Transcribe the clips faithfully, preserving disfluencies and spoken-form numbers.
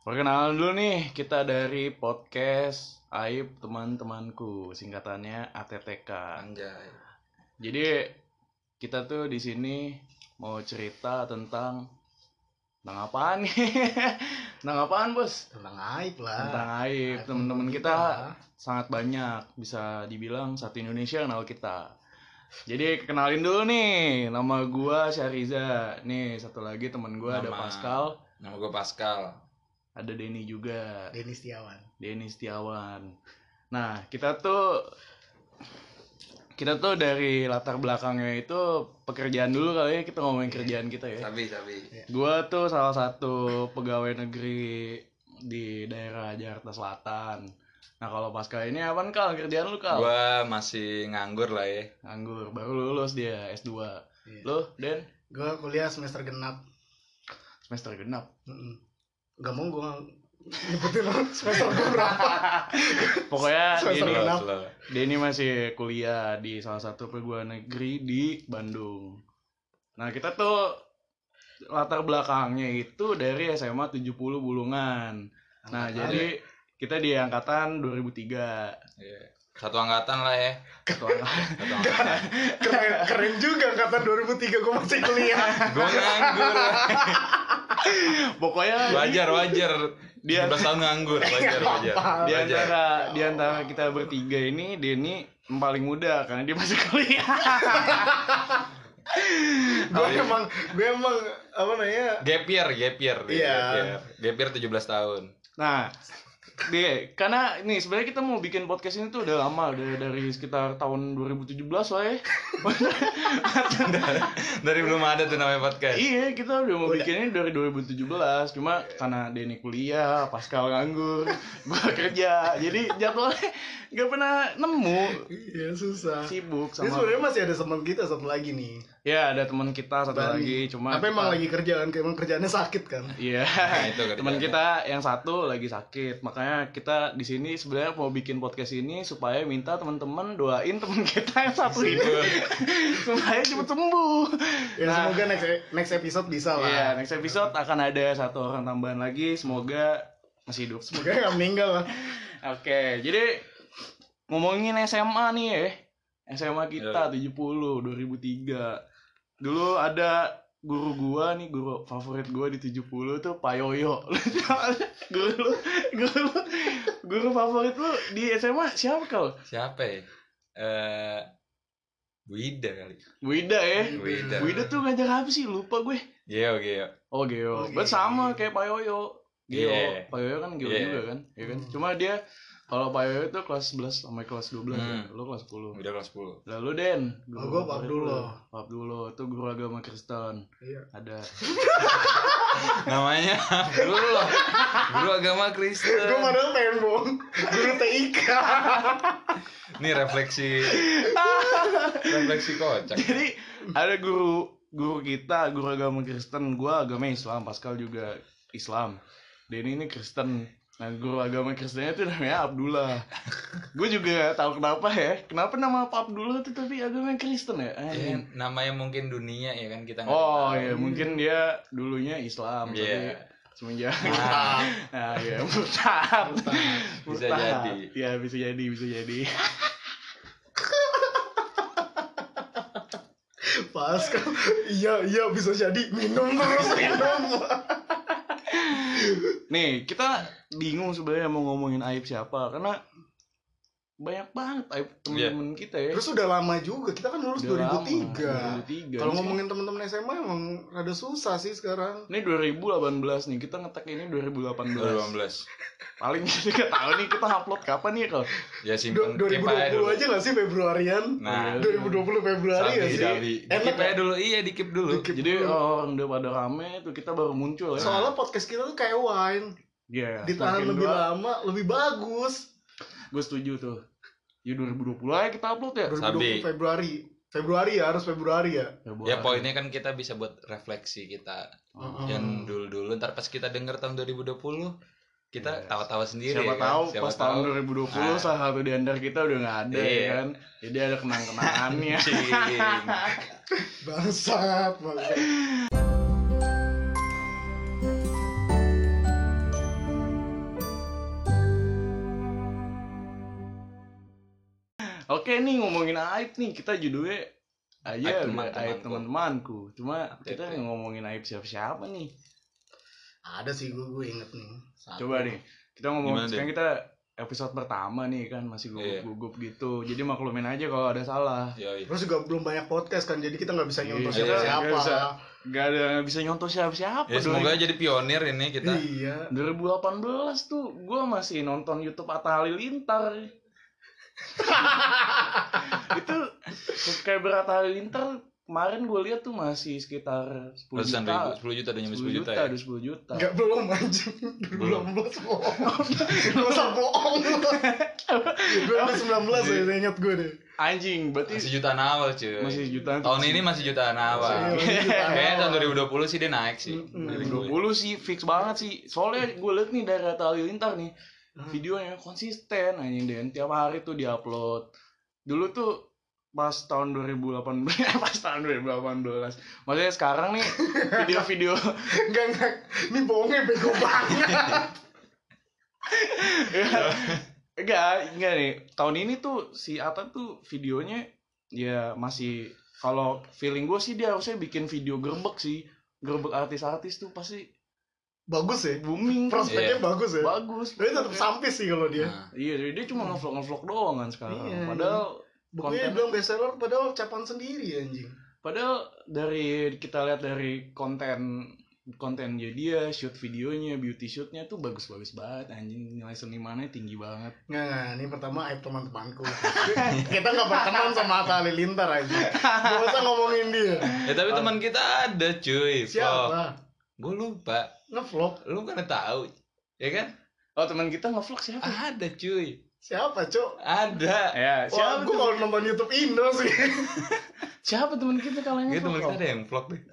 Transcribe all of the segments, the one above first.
Perkenalan dulu nih, kita dari podcast Aib Teman-temanku, singkatannya A T T K. Anjay. Jadi kita tuh di sini mau cerita tentang tentang apaan nih? Tentang apaan, Bos? Tentang aib lah. Tentang aib. Aib Teman-teman kita kita lah. sangat banyak, bisa dibilang satu Indonesia kenal kita. Jadi kenalin dulu nih, nama gua Syahriza. Nih satu lagi teman gua ada Nama- Pascal, Nama gue Pascal. ada Denny juga. Denny Setiawan. Denny Setiawan. Nah, kita tuh kita tuh dari latar belakangnya itu pekerjaan dulu kali ya, kita ngomongin kerjaan kita ya. Sabi, sabi. Gua tuh salah satu pegawai negeri di daerah Jakarta Selatan. Nah, kalau Pascal ini apaan Kal? Kerjaan lu Kal? Gue masih nganggur lah ya. Nganggur, baru lulus dia S dua. Iya. Lu, Den? Gue kuliah semester genap. Semester genap. Mm-mm. Gak mau gue nyebutin semester gue berapa. Pokoknya Semester Denny, genap. Slow. Denny masih kuliah di salah satu perguruan negeri di Bandung. Nah, kita tuh latar belakangnya itu dari S M A tujuh puluh Bulungan. Nah, Angkatan. jadi kita di angkatan dua ribu tiga. Iya. Satu angkatan lah ya. Satu angkatan. Satu angkatan. Keren, keren juga angkatan dua ribu tiga gue masih kuliah. Gue nganggur. Pokoknya Wajar, wajar. Dia- Dia tujuh belas tahun nganggur. Wajar, wajar. di Wajar. antara di antara kita bertiga ini Denny yang paling muda karena dia masih kuliah. Gue emang, gue emang apa namanya? Gap year, gap year. Iya. Gap year. Gap year tujuh belas tahun. Nah, dia karena nih sebenarnya kita mau bikin podcast ini tuh udah lama, udah dari sekitar tahun dua ribu tujuh belas lah ya. Dari belum ada tuh namanya podcast. Iya, kita udah mau Udah. bikinnya dari dua ribu tujuh belas. Cuma karena Denny kuliah, Pascal nganggur, gua kerja. Jadi jadwalnya nggak pernah nemu. Iya susah. Sibuk Ini sama. sebenarnya masih ada teman kita satu lagi nih. Ya, ada teman kita satu Bari. lagi, cuma Tapi emang kita- lagi kerja kan, emang kerjaannya sakit kan. Iya. Nah, itu kerjaan. Teman kita yang satu lagi sakit. Makanya kita di sini sebenarnya mau bikin podcast ini supaya minta teman-teman doain teman kita yang satu ini supaya cepet sembuh. Ya Nah, semoga next next episode bisa lah. Iya, next episode akan ada satu orang tambahan lagi. Semoga masih hidup. Semoga nggak meninggal lah. Oke, jadi ngomongin S M A nih ya. S M A kita tujuh puluh, dua ribu tiga. Dulu ada guru gua nih, guru favorit gua di tujuh puluh tuh Pak Yoyo. Guru lu, guru lu, guru favorit lu di S M A siapa kau? Siapa ya? Eh, Bu Ida kali. Bu Ida ya. Bu Ida. Bu Ida tuh ngajar apa sih? Lupa gue. Geo, Geo. Oh, Geo. Oh, Berarti Geo. sama kayak Pak Yoyo. Geo. Iya. Pak Yoyo kan Geo Iya. juga kan? Ya kan? Hmm. Cuma dia kalau Pak Yoyo itu kelas sebelas sampai kelas dua belas ya. Hmm. Lu kelas sepuluh. Udah kelas sepuluh. Lalu Den, Oh, gua Pak favorit Abdullah. lu. Pak Abdullah itu guru agama Kristen. Iya. Ada. Namanya dulu loh. Guru agama Kristen. Gue padahal pengen bohong. Guru T I K. Ini refleksi refleksi kocak. Jadi ada guru guru kita guru agama Kristen, gua agama Islam, Pascal juga Islam. Denny ini Kristen. Nah, guru agama Kristennya itu namanya Abdullah. Gue juga tahu kenapa ya. Kenapa nama Pak Abdullah itu tapi agama Kristen ya? Ya, Eh, namanya mungkin dunia ya kan kita nggak Oh tahu. ya, mungkin dia dulunya Islam, Iya. tapi semenjak Nah, nah ya murtad. Bisa Murtad. jadi. Ya bisa jadi, bisa jadi. Pascal. Iya, iya bisa jadi minum terus minum. Nih, kita bingung sebenarnya mau ngomongin aib siapa karena banyak banget aib teman-teman kita ya. Terus udah lama juga. Kita kan lulus Udah dua ribu lama, tiga. dua ribu tiga. Kalau Ini ngomongin teman-teman S M A emang rada susah sih sekarang. Ini dua ribu delapan belas nih, kita ngetek ini dua ribu delapan dua ribu belas. delapan belas. Paling kita nggak tahu nih kita upload kapan nih kalau. Ya simpen dua ribu keep dua aja puluh dulu. aja gak sih Februarian? Nah, dua ribu dua puluh Februari sabi, ya sih? sabi. Enak Dikip ya? aja dulu. Iya, dikip dulu. Dikip. Jadi dulu. orang udah pada rame tuh kita baru muncul ya. Soalnya podcast kita tuh kayak wine. Iya. Ditahan semakin lebih tua, lama, lebih bagus. Gue setuju tuh. Ya dua ribu dua puluh aja kita upload ya. dua ribu dua puluh Sabi. Februari. Februari ya, harus Februari ya. Ya poinnya kan kita bisa buat refleksi kita Oh. yang dulu-dulu. Ntar pas kita denger tahun dua ribu dua puluh kita Iya. tawa-tawa sendiri. Siapa ya kan? tahu Siapa pas tahun dua ribu dua puluh Nah. salah satu di antara kita udah nggak ada ya Iya. kan. Jadi ada kenang-kenangannya. Cing. Bangsat, bangsat. Oke nih ngomongin aib nih, kita judulnya aja Aib udah teman-temanku. aib teman-temanku. Cuma A T P. kita nggak ngomongin aib siapa-siapa nih. Ada sih gue gue inget nih. Satu. Coba nih, kita ngomong Gimana, sekarang kita episode pertama nih kan masih Iya. gugup-gugup gitu. Jadi maklumin aja kalau ada salah. Yoi. Terus juga belum banyak podcast kan, jadi kita nggak bisa nyontoh Iya, siapa siapa. nggak bisa. Gak ada nggak bisa nyontoh siapa-siapa. Ya semoga jadi pionir ini kita. Iya. dua ribu delapan belas tuh gue masih nonton YouTube Atta Halilintar. Itu subscriber Atta Halilintar kemarin gue lihat tuh masih sekitar sepuluh Ratusan juta. ribu, sepuluh juta dan nyampe sepuluh sepuluh juta, juta ya. ada sepuluh juta. Enggak belum anjing. Belum. Belum belas bohong. Gak usah bohong. Gue udah sembilan belas ya, ingat gue deh. Anjing, berarti Masih jutaan awal cuy. masih jutaan. Tahun ini masih jutaan awal. Iya, masih jutaan Kayaknya tahun awal. dua ribu dua puluh sih dia naik sih. Mm-mm. Dari dua gue. puluh sih fix banget sih. Soalnya gue liat nih dari Atta Halilintar nih, videonya konsisten anjing, dan tiap hari tuh diupload. Dulu tuh pas tahun dua ribu delapan belas pas tahun dua ribu delapan belas. Maksudnya sekarang nih video-video Enggak enggak. Ini bohongnya bego banget. enggak, enggak nih. Tahun ini tuh si Atta tuh videonya ya masih, kalau feeling gue sih dia harusnya bikin video gerbek sih. Gerbek artis-artis tuh pasti Bagus ya. booming. Prospeknya Iya. bagus ya. Bagus. Tapi tetap sampis sih kalau dia. Nah, Iya, jadi dia cuma ngevlog ngevlog doang kan sekarang. Iya, Padahal Bukunya konten- bilang bestseller padahal ucapan sendiri anjing. padahal dari kita lihat dari konten konten dia, shoot videonya, beauty shootnya tuh bagus-bagus banget anjing, nilai senimannya tinggi banget. Nggak, nggak, ini pertama aib teman-temanku. Kita nggak berteman sama Atta Halilintar aja. Gak usah ngomongin dia. ya tapi teman kita ada cuy. Siapa? Gue lupa. Ngevlog? Lu kan tahu. Ya kan? Oh, teman kita ngevlog siapa? Ada cuy. Siapa, Cok? Ada. Ya, Wah, siapa gue tuh? kalau nonton YouTube Indo sih. Siapa teman kita kalau yang Gitu teman ngevlog? kita ada yang vlog deh.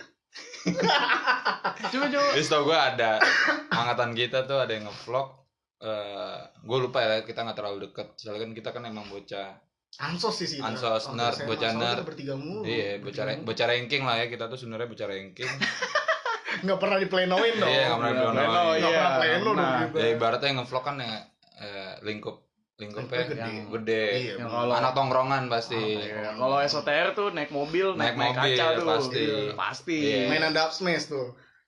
Coba coba. Terus tau gue ada angkatan kita tuh ada yang ngevlog. Eh, gue lupa ya, kita nggak terlalu deket. Soalnya kan kita kan emang bocah. Ansos sih sih. Ansos, Waktu nerd, S M A, bocah soalnya nerd. kita bertiga mulu. Iya, bocah ra- bocah ranking lah ya, kita tuh sebenarnya bocah ranking. Nggak pernah diplenoin dong. Iya, nggak pernah Nggak diplenoin. pleno, Nggak iya. pernah pleno dong Nah, kita. Ya ibaratnya yang ngevlog kan ya eh, lingkup lingkupnya Lingkup yang gede. gede. Iya, Yang bener. kalau Anak tongkrongan pasti. Iya, kalau S O T R tuh naik mobil, naik, Naik naik mobil, kaca tuh. pasti. Iya, pasti. Iya. Mainan Dub Smash tuh.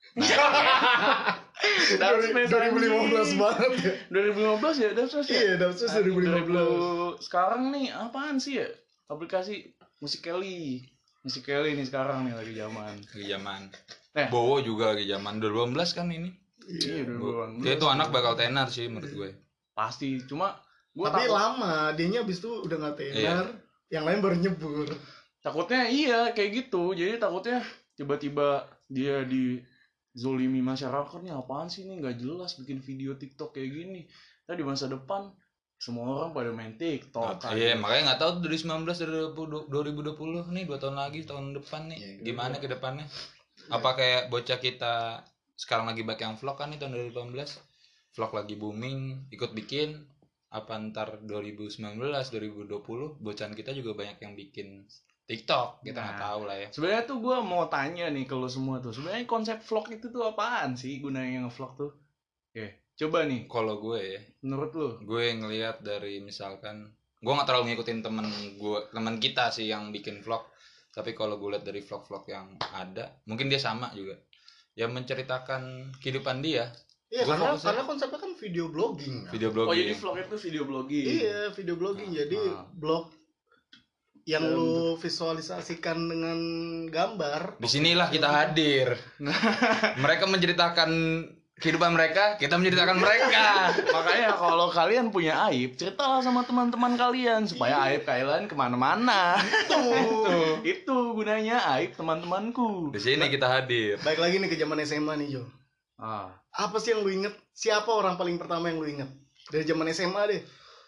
Dub Smash dua ribu lima belas anjing. banget ya. dua ribu lima belas ya, Dub Smash ya? Iya, Dub Smash dua ribu lima belas. Sekarang nih apaan sih ya? Aplikasi Musical.ly. Musical.ly nih sekarang nih lagi zaman. Lagi zaman. Eh. Bowo juga lagi zaman dua ribu delapan belas kan ini. Iya, dua ribu delapan belas. Dia tuh anak bakal tenar sih menurut gue. Pasti, cuma gua Tapi takut, lama, dianya abis itu udah nggak tenar. Yang lain baru nyebur. takutnya iya kayak gitu. Jadi takutnya tiba-tiba dia di zolimi masyarakat nih, apaan sih nih, nggak jelas bikin video TikTok kayak gini. Nah di masa depan semua orang pada main TikTok. kan. Iya, makanya nggak tahu tuh dari sembilan belas dari dua ribu dua puluh nih dua tahun lagi, tahun depan nih Iya, gimana iya. ke depannya? Apa kayak bocah kita sekarang lagi banyak yang vlog kan nih tahun dua ribu delapan belas. Vlog lagi booming, ikut bikin. Apa ntar dua ribu sembilan belas, dua ribu dua puluh bocahan kita juga banyak yang bikin TikTok, kita nggak Nah. tahu lah ya. Sebenarnya tuh gue mau tanya nih ke lo semua tuh. Sebenarnya konsep vlog itu tuh apaan sih gunanya nge-vlog tuh? Oke, coba nih Kalau gue ya, menurut lo. gue ngelihat dari misalkan gue nggak terlalu ngikutin temen gue, teman kita sih yang bikin vlog. Tapi kalau gue lihat dari vlog-vlog yang ada, mungkin dia sama juga, yang menceritakan kehidupan dia. Iya, Gua karena fokusnya- karena konsepnya kan video blogging. kan? Video Oh blogging. jadi vlog itu video blogging. Iya, video blogging. Jadi Ah. blog yang Dalam lu visualisasikan dengan gambar. Disinilah kita hadir. Mereka menceritakan kehidupan mereka, kita menceritakan mereka. Makanya kalau kalian punya aib, ceritalah sama teman-teman kalian supaya aib kalian kemana-mana. Itu, itu gunanya aib teman-temanku. Di sini kita hadir. Baik lagi nih ke zaman S M A nih, Jo. Ah, Apa sih yang lu inget? Siapa orang paling pertama yang lu inget? Dari zaman S M A deh.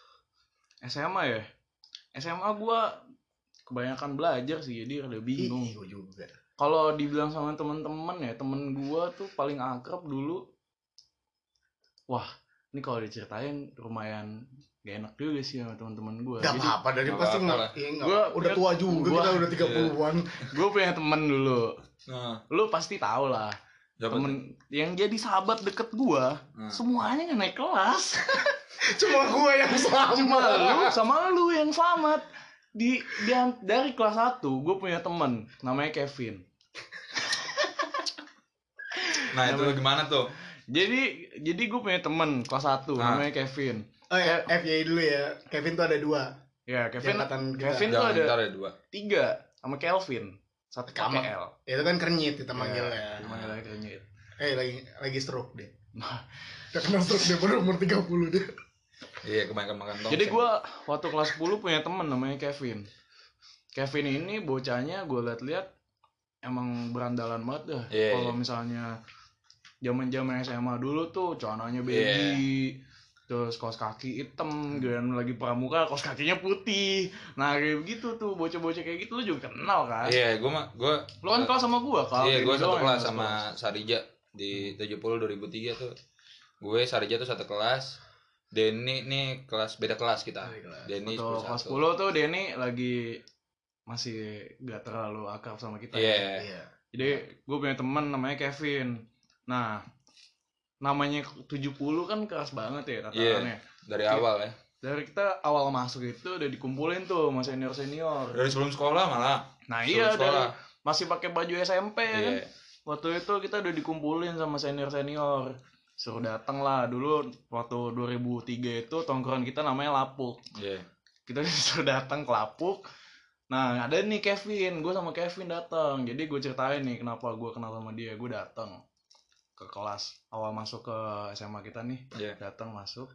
S M A ya. S M A gua kebanyakan belajar sih, jadi rada bingung. Ih, gua juga. Kalau dibilang sama teman-teman ya, temen gua tuh paling akrab dulu. Wah, ini kalau diceritain lumayan gak enak juga sih sama teman-teman gua. Gak Jadi apa-apa, dari Nggak pasti apa-apa nggak. lah. Iya, nggak- Gua udah punya- tua juga, gua- kita udah tiga puluhan. gua punya temen dulu. Nah, Lu pasti tahu lah. dapat. Temen yang jadi sahabat deket gua, Hmm. semuanya nggak naik kelas. Cuma gua yang Cuma sama. lu sama lu yang selamat. di, di dari kelas satu gue punya temen namanya Kevin. Nah itu gimana tuh? Jadi jadi gue punya temen kelas satu Ah. namanya Kevin. Oh ya, F Y I dulu ya. Kevin tuh ada dua. Ya Kevin Angkatan kita. Kevin tuh Jangan ada ntar ada dua. tiga sama Kelvin satu Sama. pakai L. Itu kan kerenyit kita Ya, manggilnya. manggilnya kerenyit. Eh lagi lagi stroke deh. Nah, Udah kena stroke dia baru umur tiga puluh deh. Iya kebanyakan makan tongseng. jadi gue waktu kelas sepuluh punya temen namanya Kevin. Kevin ini bocahnya gue liat-liat emang berandalan banget dah. Iya, Kalau iya. misalnya zaman-zaman S M A dulu tuh celananya baggy, terus kaos kaki hitam, dan lagi pramuka kaos kakinya putih. Nah kayak begitu tuh bocah-bocah kayak gitu lu juga kenal kan? Iya, gue mah gue. Lu kan kelas sama gua kalau Iya, gue ini satu doang kelas yang sama Sarija di tujuh puluh dua ribu tiga tuh. Gue Sarija tuh satu kelas. Denny nih kelas beda kelas kita. Denny Waktu kelas sepuluh tuh Denny lagi masih gak terlalu akrab sama kita. Iya. ya. Iya. Jadi gue punya teman namanya Kevin. Nah, namanya tujuh puluh kan keras banget ya tatarannya. Dari awal ya. Dari kita awal masuk itu udah dikumpulin tuh sama senior-senior. Dari sebelum sekolah malah. Nah Sebelum iya, sekolah. dari masih pakai baju S M P kan. Iya. Waktu itu kita udah dikumpulin sama senior-senior. Suruh datang lah. Dulu waktu dua ribu tiga itu tongkrongan kita namanya Lapuk. Iya. Kita disuruh datang ke Lapuk. Nah ada nih Kevin, gue sama Kevin datang. Jadi gue ceritain nih kenapa gue kenal sama dia. Gue datang ke kelas awal masuk ke S M A kita nih. Iya. Datang masuk.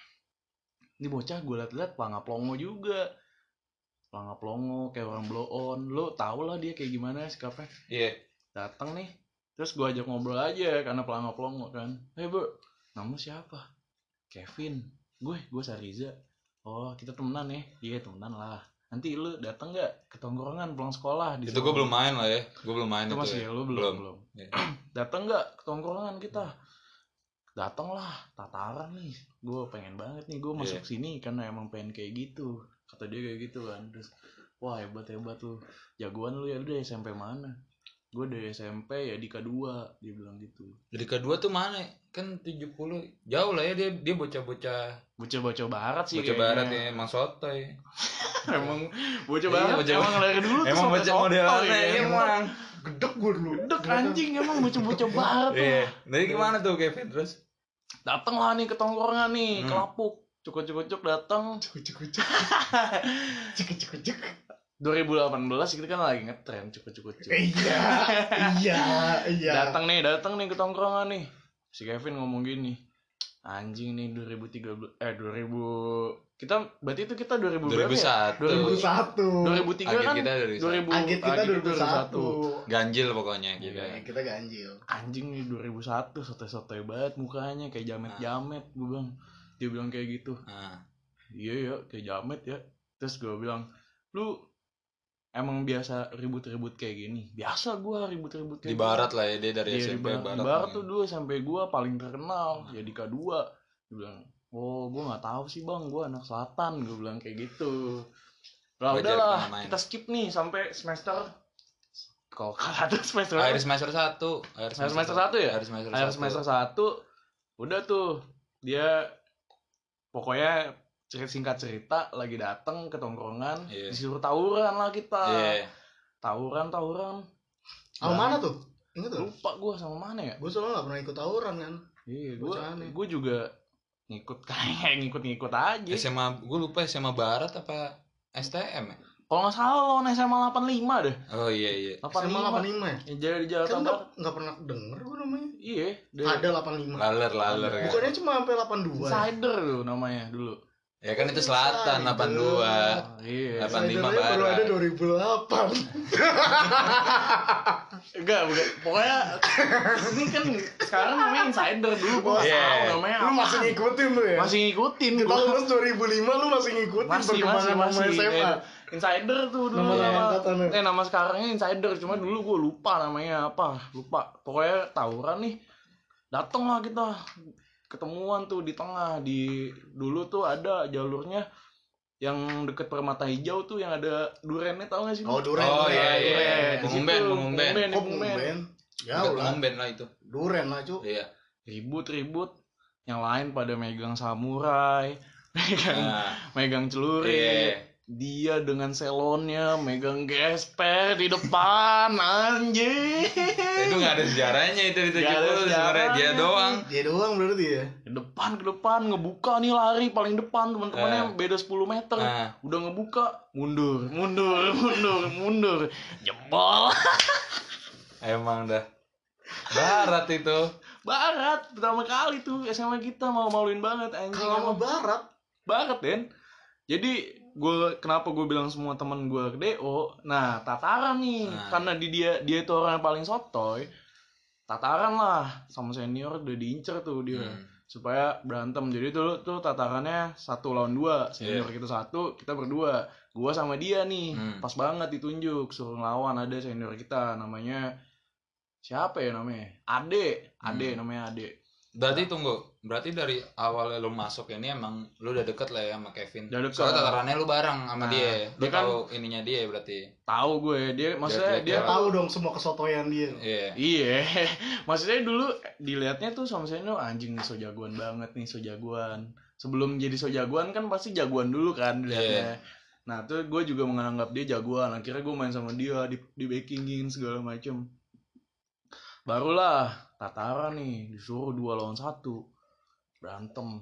Ini bocah gue liat-liat pelangap longo juga. Pelangap longo kayak orang blow on. Lo tau lah dia kayak gimana sikapnya. Iya. Datang nih. Terus gue ajak ngobrol aja karena pelangap longo kan. Eh bro, nama siapa? Kevin. Gue, gue Sariza. Oh kita temenan ya. Iya temenan lah. Nanti lu datang nggak ke tongkrongan pulang sekolah di Itu gue belum main lah ya. Gue belum main itu itu. masih ya. lu belum belum, Iya. datang nggak ke tongkrongan kita? Datang lah, tataran nih gue pengen banget nih gue masuk Iya. sini karena emang pengen kayak gitu, kata dia kayak gitu kan. Terus wah hebat hebat lu, jagoan lu ya. Lu dari S M P mana? Gue dari S M P ya di K dua, dia bilang gitu. Jadi kedua tuh mana? Kan tujuh puluh jauh lah ya, dia dia bocah-bocah Bocah-bocah barat sih bocah barat kayaknya. ya, emang sotoy. Emang bocah Iya, barat bocah emang dari dulu tuh Emang sampai bocah sotoy modelannya ya. emang. Gedek gue dulu. Gedek anjing emang bocah-bocah barat tuh. Iya. Dari gimana tuh Kevin terus? Datang lah nih ke tongkrongan nih, Hmm. ke Lapuk. Cukup-cukup datang. Cukup-cukup. Cukup-cukup. dua ribu delapan belas kita kan lagi ngetren cukup-cukup. Iya. Iya, iya. Datang nih, datang nih ke tongkrongan nih. Si Kevin ngomong gini. Anjing nih dua ribu tiga belas eh dua ribu kita berarti itu kita dua ribu dua ribu satu. dua ribu satu. dua ribu tiga Agit kan kita dari dua ribu Agit kita dua ribu satu. ganjil pokoknya Iya. kita. Ya, kita ganjil. Anjing nih dua ribu satu sotoy-sotoy banget mukanya kayak jamet-jamet. Gue bilang, dia bilang kayak gitu. Nah, Iya ya kayak jamet ya. Terus gue bilang, lu emang biasa ribut-ribut kayak gini? Biasa gue ribut-ribut kayak di barat lah ya, dia dari Iya, S di M P barat, barat. di barat nih. tuh dulu sampai gue paling terkenal ya di K dua. Dia bilang, oh gue nggak tahu sih bang, gue anak selatan. Gue bilang kayak gitu. Lah Wajar udahlah karena main. kita skip nih sampai semester. Kalau kalah tuh semester Akhir apa? semester satu. Akhir Akhir semester satu ya? Akhir semester Akhir satu. semester satu udah tuh dia pokoknya cerita singkat cerita lagi datang ke tongkrongan, Iya. disuruh tawuran lah kita. Iya. Tawuran tawuran. Sama mana tuh? Ingat tuh? Lupa gue sama mana ya? Gue soalnya gak pernah ikut tawuran kan. Iya, gue Bocah aneh. gue juga ngikut kayak ngikut-ngikut aja. S M A, gue lupa S M A barat apa S T M ya? Kalau nggak salah lawan S M A delapan puluh lima deh. Oh iya iya. delapan S M A puluh lima. delapan puluh lima ya? Yang jadi di Jawa Kan Barat. gak, gak pernah denger gue namanya. Iya, dari Ada delapan puluh lima. Laler laler ya. Bukannya cuma sampai delapan puluh dua ya? Insider tuh namanya dulu. Ya kan itu selatan delapan puluh dua. Oh, iya. delapan puluh lima Insidernya baru barat. ada dua ribu delapan. Enggak, bukan. Pokoknya ini kan sekarang namanya insider dulu gua nggak Iya. tahu namanya Lu apa. masih ngikutin lu ya? Masih ngikutin Kita gua. lulus dua ribu lima lu masih ngikutin Masih masih perkembangan masih. nama S M A. Eh, Insider tuh dulu Nama nama, angkatannya. eh nama sekarangnya insider, cuma dulu gua lupa namanya apa. Lupa. Pokoknya tawuran nih. Datang lah kita. Ketemuan tuh di tengah, di dulu tuh ada jalurnya yang deket Permata Hijau tuh yang ada durennya, tau gak sih? lu? Oh, duren. Oh, duren. iya, iya. Duren. Di Pengumben, situ, pengumben. pengumben, Kok pengumben. pengumben? Ya Jauh lah. ngomben lah itu. Duren lah cu. Iya. Ribut-ribut, yang lain pada megang samurai, megang Nah, megang iya. celurit. dia dengan selonnya megang gesper di depan anjing. Itu nggak ada sejarahnya itu di tujuh Nggak ada puluh sebenarnya dia sejarahnya. doang. Dia doang berarti ya. Ke depan ke depan ngebuka nih lari paling depan teman-temannya Eh. beda sepuluh meter. Nah. Udah ngebuka mundur mundur mundur mundur jebol. Emang dah barat itu. Barat pertama kali tuh S M A kita mau maluin banget anjing. Kalau emang. barat, Barat Den. Jadi gue kenapa gue bilang semua teman gue ke D O, nah tataran nih, Nah. karena di dia dia itu orang yang paling sotoy, tataran lah sama senior udah diincer tuh dia Hmm. supaya berantem. Jadi tuh tuh tatarannya satu lawan dua, senior Yeah. kita satu, kita berdua, gue sama dia nih, Hmm. pas banget ditunjuk suruh ngelawan ada senior kita namanya siapa ya namanya, Ade, Ade Hmm. namanya Ade. Berarti tunggu, berarti dari awal lu masuk ini emang lu udah deket lah ya sama Kevin. Udah deket. Soalnya tatarannya lu bareng sama Nah, dia. Lu dia kan- tahu ininya dia berarti. Tahu gue dia, maksudnya Dia- dia dia tahu dong semua kesotoyan dia. Iya. Iya, maksudnya dulu dilihatnya tuh sama saya anjing nih so jagoan banget nih so jagoan. Sebelum jadi so jagoan kan pasti jagoan dulu kan dilihatnya. Nah tuh gue juga menganggap dia jagoan. Akhirnya gue main sama dia di di backingin segala macem. Barulah tataran nih disuruh dua lawan satu berantem.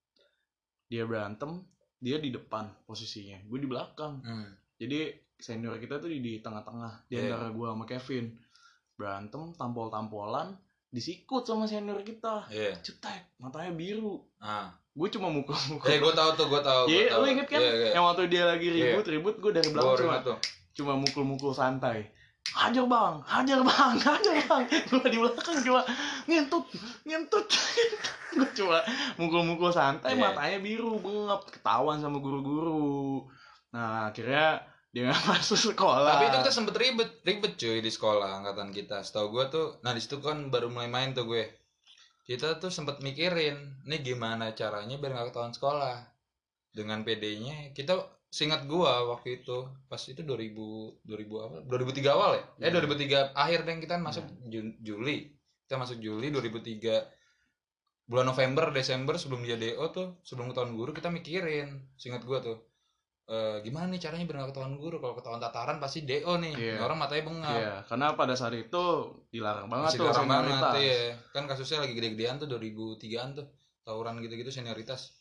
Dia berantem, dia di depan posisinya, gue di belakang. Hmm. Jadi senior kita tuh di, di tengah-tengah di Yeah. antara gue sama Kevin. Berantem tampol-tampolan disikut sama senior kita. Iya. Cetek, matanya biru. Ah. Gue cuma mukul-mukul. Eh gue tahu tuh, gue tahu. gua Iya, tahu. lu inget kan? Iya, iya. Yang waktu dia lagi ribut-ribut, gue dari Gua belakang cuma, ingat tuh. cuma mukul-mukul santai. Hajar bang, hajar bang, hajar bang. Gue di belakang cuma ngentut, ngentut. Gue cuma mukul-mukul santai, Iya. matanya biru, bengap, ketahuan sama guru-guru. Nah akhirnya dia nggak masuk sekolah. Tapi itu kita sempet ribet, ribet cuy di sekolah angkatan kita. Setahu gue tuh, nah di situ kan baru mulai main tuh gue. Kita tuh sempet mikirin, nih gimana caranya biar nggak ketahuan sekolah. Dengan P D-nya, kita seingat gua waktu itu, pas itu dua ribu, dua ribu apa? dua ribu tiga awal ya? Eh Hmm. dua ribu tiga akhir deh kita masuk Ju- Juli. Kita masuk Juli dua ribu tiga. Bulan November, Desember sebelum dia D O tuh, sebelum ketahuan guru kita mikirin. Seingat gua tuh. E, gimana nih caranya biar nggak ketahuan guru? Kalau ketahuan tataran pasti D O nih. Iya. Ini orang matanya bengap. Iya, karena pada saat itu dilarang banget Masih tuh dilarang banget, senioritas. iya. Kan kasusnya lagi gede-gedean tuh dua ribu tigaan tuh. Tawuran gitu-gitu senioritas.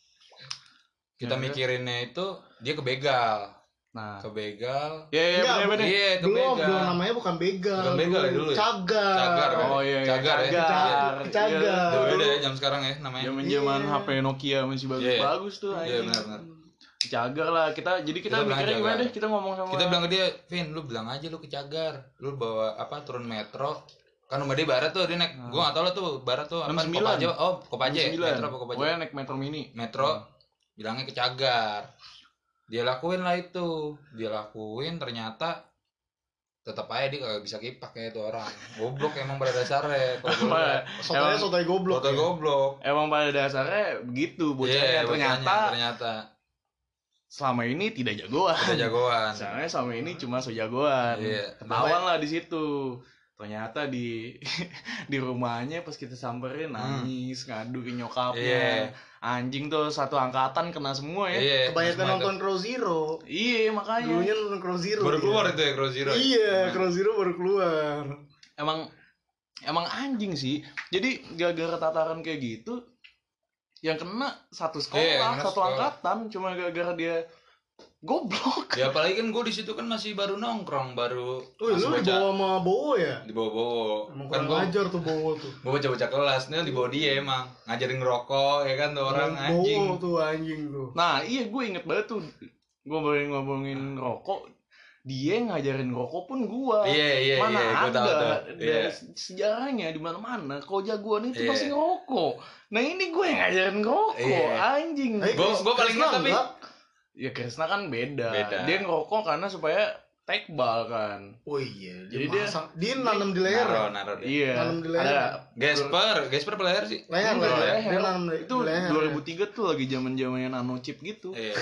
Kita Ya, mikirinnya itu dia kebegal. Nah, Kebegal. ya ya Enggak, bener-bener. Iya, Belum, kebegal. belum namanya bukan begal. Bukan begal ya dulu ya? Cagar. Cagar, kan? Oh iya, iya. Cagar ya? Cagar. Cagar. Iya, Udah dulu beda ya jam sekarang ya namanya. zaman-zaman Iya. H P Nokia masih bagus-bagus tuh. Iya, anjing. benar-benar. Cagar lah kita. Jadi kita, Kita bilang mikirnya gimana cagar. deh? Kita ngomong sama. Kita bilang ke dia, Vin, lu bilang aja lu ke Cagar. Lu bawa apa turun metro. Kan rumah dia barat tuh, dia naik. Hmm. Gua enggak tahu lah tuh barat tuh apa enam puluh sembilan. Kopaja. Oh, Kopaja. ya? sembilan. Metro apa Kopaja? Gue naik Metro Mini. Metro. Bilangnya ke Cagar. Dia lakuin lah itu. Dia lakuin ternyata tetap aja dia kagak bisa kipak kayak itu orang. Goblok emang pada dasarnya. Kalau gua liat. Sotonya Emang- sotoy goblok. Foto ya. goblok. Emang pada dasarnya begitu bocahnya. Iya, ternyata bocahnya, ternyata selama ini tidak jagoan. udah jagoan. Soalnya selama ini cuma so jagoan. Iya. Ketahuan lah di situ. Ternyata di di rumahnya pas kita samperin nangis, ngadu ke nyokapnya. Iya. Anjing tuh satu angkatan kena semua ya. Iya. Kebanyakan semua itu. nonton Crow Zero. Iya, makanya. Dulunya nonton Crow Zero. Baru dia. keluar itu ya Crow Zero. Iya, Nah. Crow Zero baru keluar. Emang emang anjing sih. Jadi gara-gara tataran kayak gitu yang kena satu sekolah, Iya, yang kena satu sekolah. angkatan cuma gara-gara dia goblok. Ya apalagi kan gue di situ kan masih baru nongkrong, baru Wih, masih lu bocah. dibawa sama Bowo ya? Dibawa-bawa. Emang Kan kurang gue ajar tuh Bowo tuh. gue bocah-bocah kelas nih dibawa dia emang ngajarin ngerokok ya kan tuh orang Bowo anjing. tuh anjing tuh. Nah, iya gue inget banget tuh. Gue ngomongin ngomongin rokok, dia ngajarin rokok pun gua. Iya iya Mana iya, gue ada tahu tuh. dari Iya. sejarahnya di mana-mana kalau jagoan itu Iya. pasti ngerokok. Nah, ini gue yang ngajarin ngerokok, Iya. anjing. Eh, Gua- Chris- gua paling Krisna ingat tapi- enggak? Ya Krisna kan beda. Beda. Dia ngerokok karena supaya tekbal kan. Oh iya, Jadi dia dia- masang, dia nanam di leher. Naro naro dia. Iya. Tanam di leher. Ada Gasper, Gasper pelayar sih. Leher, Enggak, leher. leher. Dia nanam di itu di leher. dua ribu tiga tuh lagi zaman-zamannya nano chip gitu. Iya.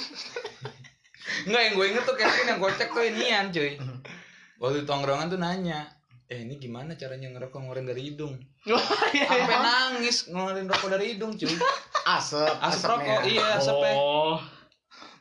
Enggak, yang gue inget tuh Kevin yang gocek tuh inian cuy. Waktu di tongkrongan tuh nanya, eh ini gimana caranya ngerokok ngeluarin dari hidung? Sampai nangis ngeluarin rokok dari hidung cuy. Asap, Asap rokok, asapnya. iya asapnya. Oh.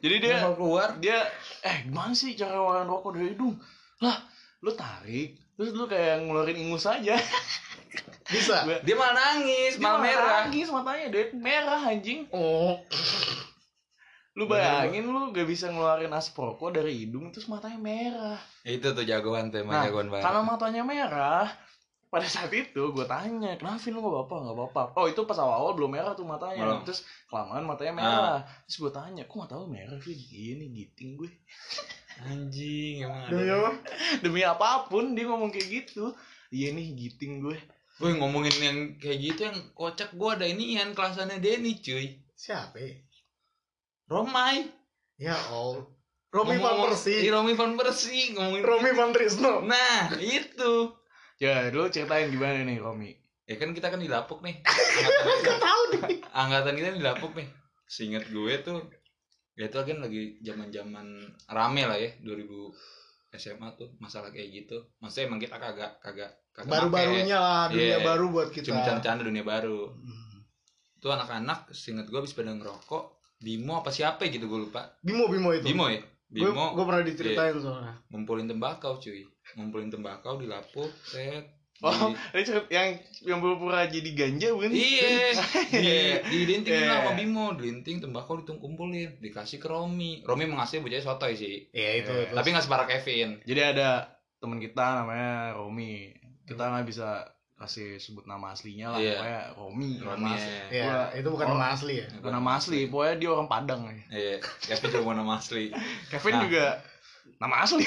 Jadi dia Mau keluar. dia eh gimana sih cara ngeluarin rokok dari hidung? Lah, lu tarik, terus lu kayak ngeluarin ingus aja. Bisa. Dia malah nangis, Dia malah merah. nangis matanya, dia merah anjing. Oh. Lu bayangin lu gak bisa ngeluarin asap rokok dari hidung terus matanya merah. Itu tuh jagoan tema Nah, jagoan banget. karena matanya merah, pada saat itu gue tanya, kenapa Vin lu gak apa-apa? Gak apa-apa. Oh itu pas awal-awal belum merah tuh matanya. Belum. Terus kelamaan matanya merah. Terus gue tanya, kok mata lu merah Vin? Iya nih giting gue. Anjing emang Demi ada. apa? Demi apapun dia ngomong kayak gitu. Iya nih giting gue. Woi ngomongin yang kayak gitu yang kocak, gua ada inian kelasannya Denny cuy. Siapa? ya? Romai. Ya Allah. Romi Van Ngomong- Persie. Iya, Romi Van Persie ngomongin. Romi Van Trisno. Nah, itu. Ya lu ceritain gimana nih Romi? Ya kan kita kan di Lapuk nih. Angkatan kita, Tahu deh. angkatan kita di Lapuk nih. Seingat gue tuh ya itu kan lagi zaman-zaman rame lah ya dua ribu S M A tuh masalah kayak gitu. Maksudnya emang kita kagak kagak kagak Baru-barunya lah, dunia Iya. baru buat kita. cuma canda-canda dunia baru. Hmm. Itu anak-anak seingat gue habis pada ngerokok, Bimo apa siapa gitu gue lupa. Bimo Bimo itu. Bimo ya? Gue Bimo gue pernah diceritain soalnya. ngumpulin tembakau cuy. Ngumpulin tembakau di Lapuk, set. Oh, Di- ini cerita yang yang pura-pura jadi ganja bukan? Iya, di di linting Iya. sama Bimo, dilinting tembakau dikumpulin, dikasih ke Romi. Romi mengasih bocahnya sotoy sih. Iya itu. Iya. itu. Tapi nggak separah Kevin. Jadi ada teman kita namanya Romi. Kita nggak bisa kasih sebut nama aslinya lah, Iya. pokoknya Romi. Romi Nama ya. asli. Iya, Gua- itu bukan oh. nama asli ya. Bukan nama asli, pokoknya dia orang Padang ya. Iya, Kevin juga mau nama asli. Kevin Nah. juga nama asli.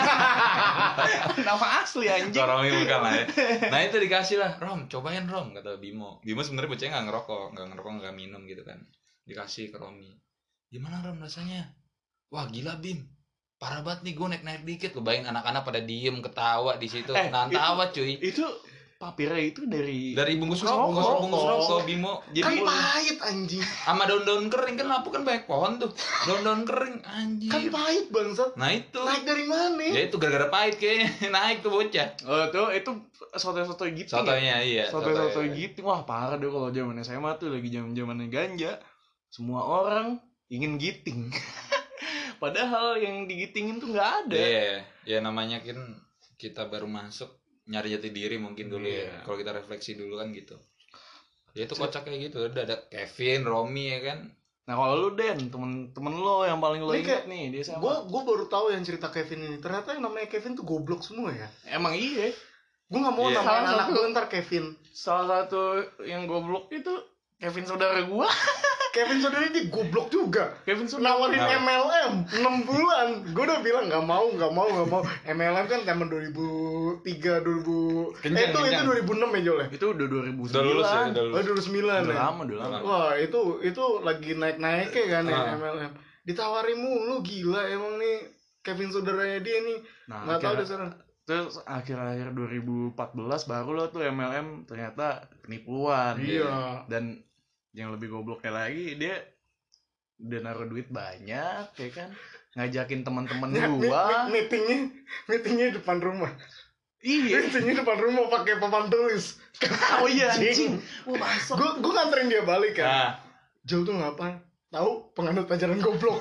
Nama asli anjing. Kalau Romi bukan lah ya. Nah itu dikasih lah, Rom, cobain Rom, kata Bimo. Bimo sebenarnya bocahnya nggak ngerokok, nggak ngerokok, nggak minum gitu kan. Dikasih ke Romi. Gimana Rom rasanya? Wah gila Bim, parah banget nih gue naik naik dikit. Lu bayangin anak-anak pada diem ketawa di situ, Eh, nah itu- tawa cuy. Itu papirnya itu dari Dari bungkus Bungkus rokok, rokok. bungkus rokok Bimo. Kan Jadi pahit anjing. sama daun-daun kering kan Lapuk kan banyak pohon tuh. Daun-daun kering anjing. Kan pahit bangsat. Nah itu. Naik dari mana? Ya itu gara-gara pahit kayaknya naik tuh bocah. Oh, itu itu soto-soto gitu. ya? Sotonya iya. Soto-soto sotonya. gitu. Wah, parah deh kalau zaman S M A tuh lagi zaman-zamannya ganja. Semua orang ingin giting. Padahal yang digitingin tuh nggak ada. Iya, ya namanya kan kita baru masuk nyari jati diri mungkin dulu Iya. ya. Kalau kita refleksi dulu kan gitu. Ya itu kocak kayak gitu. Udah ada Kevin, Romi ya kan. Nah, kalau lu Den, temen-temen lo yang paling lo Ini ingat kayak- nih di S M A. Gue gue baru tahu yang cerita Kevin ini. Ternyata yang namanya Kevin tuh goblok semua ya. Emang iya. Gue nggak mau Iya. namain Salah anak satu- gue ntar Kevin. Salah satu yang goblok itu Kevin saudara gua. Kevin saudara ini goblok juga. Kevin saudara. Nawarin Kenapa? M L M enam bulan. Gue udah bilang nggak mau, nggak mau, nggak mau. M L M kan zaman dua ribu tiga, dua ribu Kencang, eh itu itu kencang. dua ribu enam ya Jol ya? Itu udah dua ribu sembilan. Udah lulus ya, udah Oh lulus. dua ribu sembilan Udah ya? lama, udah lama. Wah itu itu lagi naik-naiknya kan ya Ah. M L M. Ditawarin mulu gila emang nih Kevin saudaranya dia nih. Nah, Nggak tahu akhir- deh sekarang. terus akhir-akhir dua ribu empat belas baru lo tuh M L M ternyata penipuan. Iya. Dan yang lebih gobloknya lagi dia udah naruh duit banyak, ya kan? Ngajakin teman-teman Ya, mi- gua. mi- meetingnya meetingnya depan rumah. Iya. Meetingnya depan rumah pakai papan tulis. Oh iya Anjing. anjing. Wah, masuk. Gue gue nganterin dia balik kan. Nah, Jol tuh ngapain? Tahu penganut ajaran goblok.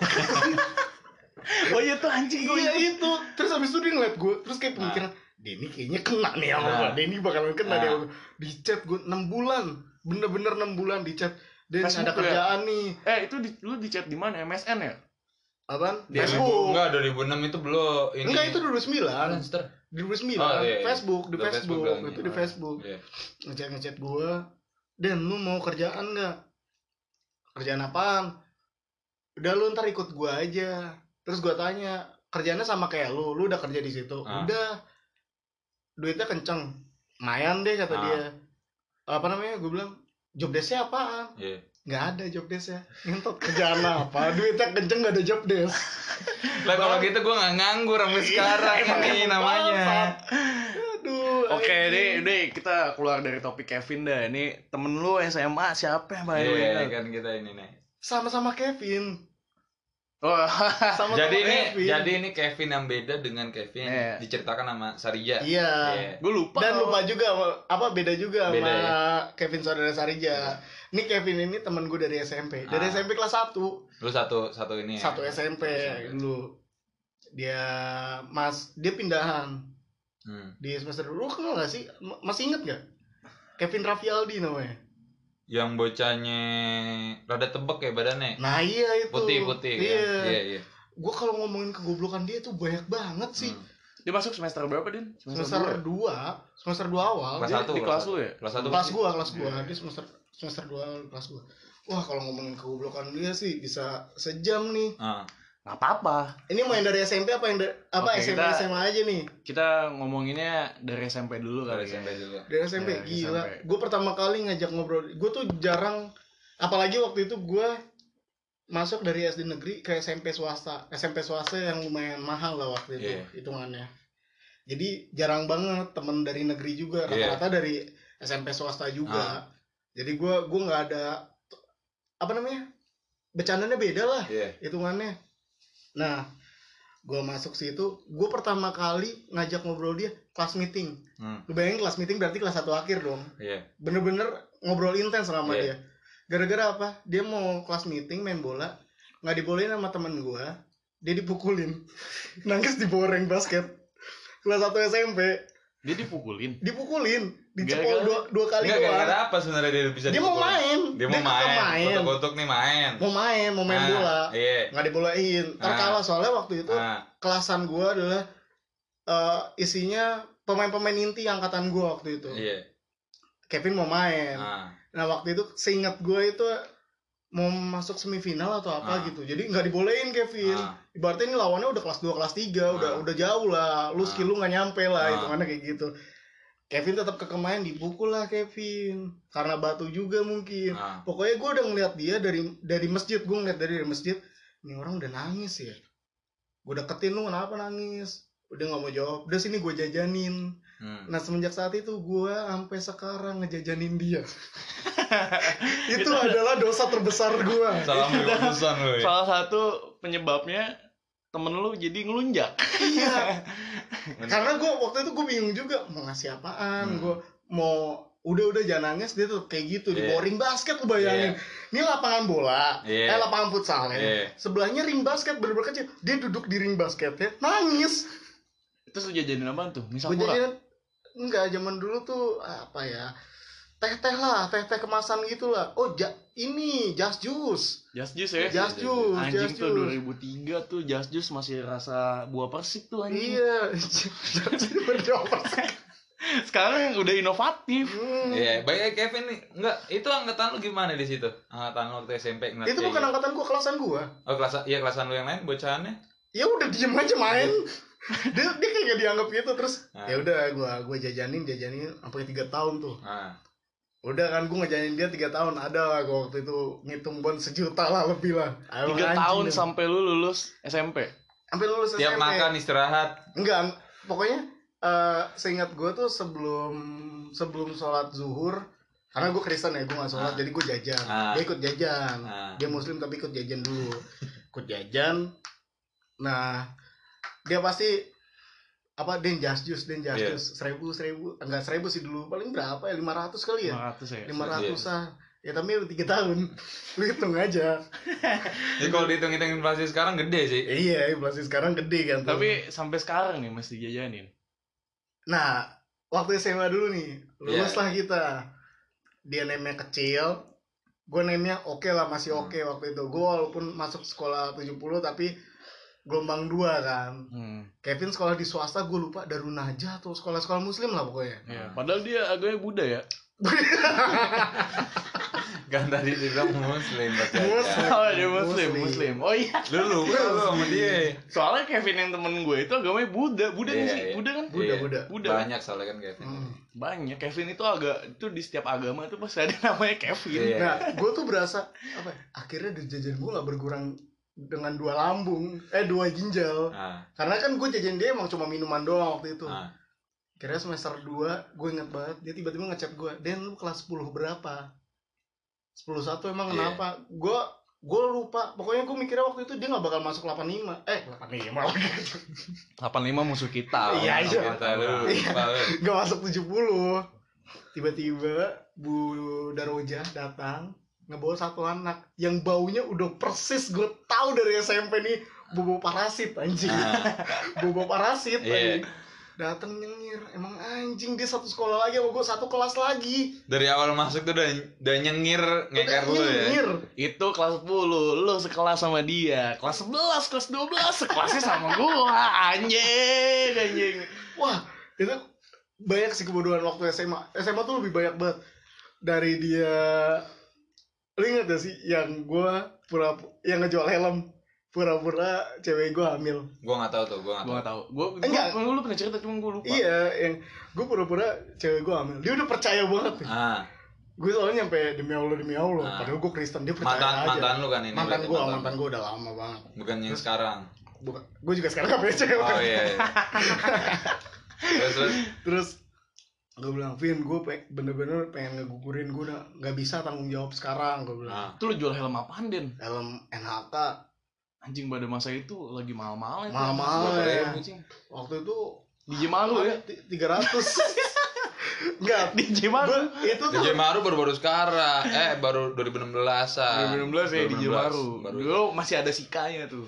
Oh iya tuh anjing gua. Iya itu. Terus habis itu dia ngeliat gue, terus kayak pemikiran, Denny kayaknya kena nih sama Nah. gue. Denny bakalan kena Nah. dia. Di chat gue enam bulan. Bener-bener enam bulan di chat. Dan Facebook ada ya? kerjaan nih. Eh, itu di, lu di chat di mana? M S N ya? Apaan? Di Facebook. enggak dua ribu enam itu belum ini. Enggak itu dua ribu sembilan. Friendster. Di dua ribu sembilan. Oh, iya, iya. Facebook, di Udah Facebook. Facebook Itu kan, di iya. Facebook. Iya. Ngechat-ngechat gue. Dan lu mau kerjaan nggak? Kerjaan apaan? Udah lu ntar ikut gue aja. Terus gue tanya, kerjanya sama kayak lu, lu udah kerja di situ. Ah. Udah. Duitnya kenceng. Lumayan deh kata Ah. dia. Apa namanya? Gue bilang, job desk-nya apaan? Iya. Nggak ada job desk-nya. Ngentot kerjaan apa? Duitnya kenceng nggak ada job desk. Lah kalau gitu gue nggak nganggur sampai sekarang Emang ini emang namanya. bangsat. Aduh. Oke, anjing. deh, deh kita keluar dari topik Kevin dah. Ini temen lu S M A siapa yang paling lu Iya ingat? kan kita ini nih. Sama-sama Kevin. Wah. Sama Jadi sama ini Kevin. jadi ini Kevin yang beda dengan Kevin Iya. diceritakan sama Sarija. Iya. Iya. Gue lupa. Dan kalau- lupa juga sama- apa beda juga Beda, sama ya? Kevin saudara Sarija. Ini Kevin ini temen gue dari S M P. Dari Ah. S M P kelas satu. Lu satu satu ini ya. Satu S M P S M P. dulu. Dia Mas, dia pindahan Hmm. di semester dulu. Lu kenal gak sih? M- Masih inget gak? Kevin Raffialdi namanya. Yang bocahnya rada tebek ya badannya. Nah iya itu. Putih-putih Iya. kan. Iya, iya. Gue kalau ngomongin kegoblokan dia tuh banyak banget sih. Hmm. Dia masuk semester berapa, Din? Semester dua. dua, semester dua awal. Kelas Dia satu di kelas lu ya? Kelas satu. Kelas gua, kelas gua. Iya. Dia semester semester dua kelas gua. Wah, kalau ngomongin kegoblokan dia sih bisa sejam nih. Ah. Nggak apa-apa. Ini mau yang dari S M P apa yang dari apa Oke, S M P kita- S M A aja nih? Kita ngomonginnya dari S M P dulu Dari kali S M P ya. dulu. Dari S M P Ya, gila. S M P. Gue pertama kali ngajak ngobrol. Gue tuh jarang, apalagi waktu itu gue masuk dari S D negeri ke S M P swasta. S M P swasta yang lumayan mahal lah waktu itu Iya. hitungannya. Jadi jarang banget temen dari negeri juga. Iya. Rata-rata dari S M P swasta juga. Ah. Jadi gue gue nggak ada apa namanya, bercandanya beda lah Iya. hitungannya. Nah, gue masuk situ, gue pertama kali ngajak ngobrol dia kelas meeting. Hmm. Lu bayangin kelas meeting berarti kelas satu akhir dong. Iya. Bener-bener ngobrol intens sama Iya. dia. Gara-gara apa? Dia mau kelas meeting main bola, nggak dibolehin sama temen gue, dia dipukulin. Nangis di bawah ring basket. Kelas satu S M P, Dia dipukulin. dipukulin, dicepol Gara-gara- dua, dua kali Enggak doang. gara-gara apa sebenarnya dia bisa Dia mau dipukul? main, Dia mau tetap main. main. Untuk-untuk nih main. Mau main, mau main Ah, bola, Iya. nggak dibolehin. Ntar Ah. kalah soalnya waktu itu Ah. kelasan gue adalah eh, isinya pemain-pemain inti angkatan gue waktu itu. Iya. Kevin mau main. Ah. Nah waktu itu seingat gue itu mau masuk semifinal atau apa Ah. gitu. Jadi nggak dibolehin Kevin. Ah. Ibaratnya ini lawannya udah kelas dua, kelas tiga, udah Ah. udah jauh lah. Lu Ah. skill lu nggak nyampe lah, Ah. itu mana kayak gitu. Kevin tetap kekemain, dipukul lah Kevin. Karena batu juga mungkin. Ah. Pokoknya gue udah ngeliat dia dari dari masjid, gue ngeliat dari, dari masjid. Ini orang udah nangis ya. Gue deketin, lu kenapa nangis? Udah nggak mau jawab. Udah sini gue jajanin. Hmm. Nah semenjak saat itu gue sampai sekarang ngejajanin dia. Itu adalah dosa terbesar gue. Salam keputusan lu ya. Salah satu penyebabnya temen lu jadi ngelunjak. Iya. Karena gue waktu itu gue bingung juga mau ngasih apaan. Hmm. Gue mau udah-udah jangan nangis, dia tuh kayak gitu di Iya. bawah ring basket, lu bayangin. Ini lapangan bola, Iya. eh lapangan futsal ya. Iya. Sebelahnya ring basket bener-bener kecil. Dia duduk di ring basketnya nangis. Terus lu jajanin apaan tuh? Gue Misakura. jajanin enggak, zaman dulu tuh apa ya? Teh-teh lah, teh-teh kemasan gitu lah. Oh, ja, ini Just Juice. Just Juice ya. Just Juice, Anjing Just tuh Juice. dua ribu tiga tuh Just Juice masih rasa buah persik tuh anjing. Iya, jadi berdoa. Sekarang udah inovatif. Hmm. Iya, baik Kevin nih. Enggak, itu angkatan lu gimana di situ? Angkatan lu waktu S M P ngeliat Itu kayak bukan gitu. angkatan gua, kelasan gua. Oh, kelas iya kelasan lu yang lain bocahannya? Ya udah diem aja main. dia dia kayak gak dianggap gitu, terus Ah. ya udah gua gua jajanin jajanin sampai tiga tahun tuh. Ah. Udah kan gua ngejajanin dia tiga tahun, ada lah gua waktu itu ngitung bon sejuta lah lebih lah. Ayo, Tiga anjing tahun dah. sampai lu lulus S M P. sampai lulus Tiap S M P. makan istirahat. Enggak, pokoknya eh seingat gue tuh sebelum sebelum sholat zuhur, karena gue Kristen ya, gue nggak sholat, Ah. jadi gue jajan. Ah. Dia ikut jajan. Ah. Dia Muslim tapi ikut jajan dulu. Ikut jajan. Nah, dia pasti apa den jas jus den jas Iya. jus seribu seribu enggak seribu sih dulu, paling berapa ya, lima ratus kali ya, lima ratus ya. lima ratusan ya, tapi udah tiga tahun. Lu hitung aja. Jadi kalau dihitung-hitung inflasi sekarang gede sih. Iya, inflasi sekarang gede kan tuh. Tapi sampai sekarang nih masih jajanin. Nah, waktu S M A dulu nih, lulus Iya. lah kita. Dia name-nya kecil, gue name-nya oke lah, masih Hmm. oke waktu itu. Gue walaupun masuk sekolah tujuh puluh tapi gelombang dua kan. Hmm. Kevin sekolah di swasta, gue lupa Darun Najah atau sekolah-sekolah muslim lah pokoknya. Ya, padahal dia agamanya Buddha ya. Kan tadi dibilang muslim pas Muslim. jajan. Oh, dia muslim, Muslim. muslim. Oh iya. Lu lupa lu sama dia. Soalnya Kevin yang temen gue itu agamanya Buddha. Buddha Iya, nggak sih? iya. Buddha kan? Buddha, Iya. Buddha. Buddha. Banyak soalnya kan Kevin. Hmm. Banyak. Kevin itu agak itu di setiap agama itu pasti ada namanya Kevin. Iya. Nah, gue tuh berasa apa? ya, Akhirnya di jajan gue nggak berkurang dengan dua lambung, eh dua ginjal. Ah. Karena kan gue jajan dia emang cuma minuman doang waktu itu. Ah. Kira semester dua, gue inget banget, dia tiba-tiba ngechat gue, Den lu kelas sepuluh berapa? sepuluh satu emang Iya. kenapa? Gue gue lupa, pokoknya gue mikirnya waktu itu dia nggak bakal masuk delapan puluh lima eh delapan puluh lima lagi delapan puluh lima musuh kita. Iya, iya. Kita lu. Iya. lupa lu. nggak masuk tujuh puluh. Tiba-tiba Bu Daroja datang ngebawa satu anak yang baunya udah persis gue tahu dari S M P nih, bobo parasit anjing. Ah. Bobo parasit Iya. anjing. Datang nyengir, emang anjing dia satu sekolah lagi sama gue, satu kelas lagi. Dari awal masuk tuh udah udah nyengir ngeker lu ya. Nyengir. Itu kelas sepuluh, lu sekelas sama dia. Kelas sebelas, kelas dua belas, sekelasnya sama gua. Anjing, anjing. Wah, itu banyak sih kebodohan waktu S M A. S M A tuh lebih banyak banget. Dari dia, lu inget gak sih yang gua pura yang ngejual helm, pura-pura cewek gua hamil. Gua enggak tahu tuh, gua Gua enggak gak tahu. tau. Gua, gua, Enggak. gua, lu pernah cerita cuma gua lupa. Iya, yang gua pura-pura cewek gua hamil. Dia udah percaya banget nih. Ah, Gue soalnya nyampe demi Allah demi Allah. Ah. Padahal gua Kristen, dia percaya mantan aja. mantan lu kan ini. Mantan berarti gua, mantan gua udah lama banget. Bukan yang sekarang. Bukan, gua juga sekarang gak punya cewek. Oh iya. iya. terus terus Terus gue bilang, Vin, gue pe- bener-bener pengen ngegugurin, gue udah gak bisa tanggung jawab sekarang. Gue bilang, ah. Itu lu jual helm apaan, Den? helm N H K Anjing pada masa itu lagi mahal-mahal itu. Mahal-mahal Berapa ya. ribu, Cing? waktu itu D J Maru ya? tiga ratus. Enggak, D J Maru. gua- itu D tuh J Maru baru-baru sekarang. Eh, baru dua ribu enam belas-an. dua ribu enam belas ya D J Maru. Baru. Dulu masih ada sikanya tuh.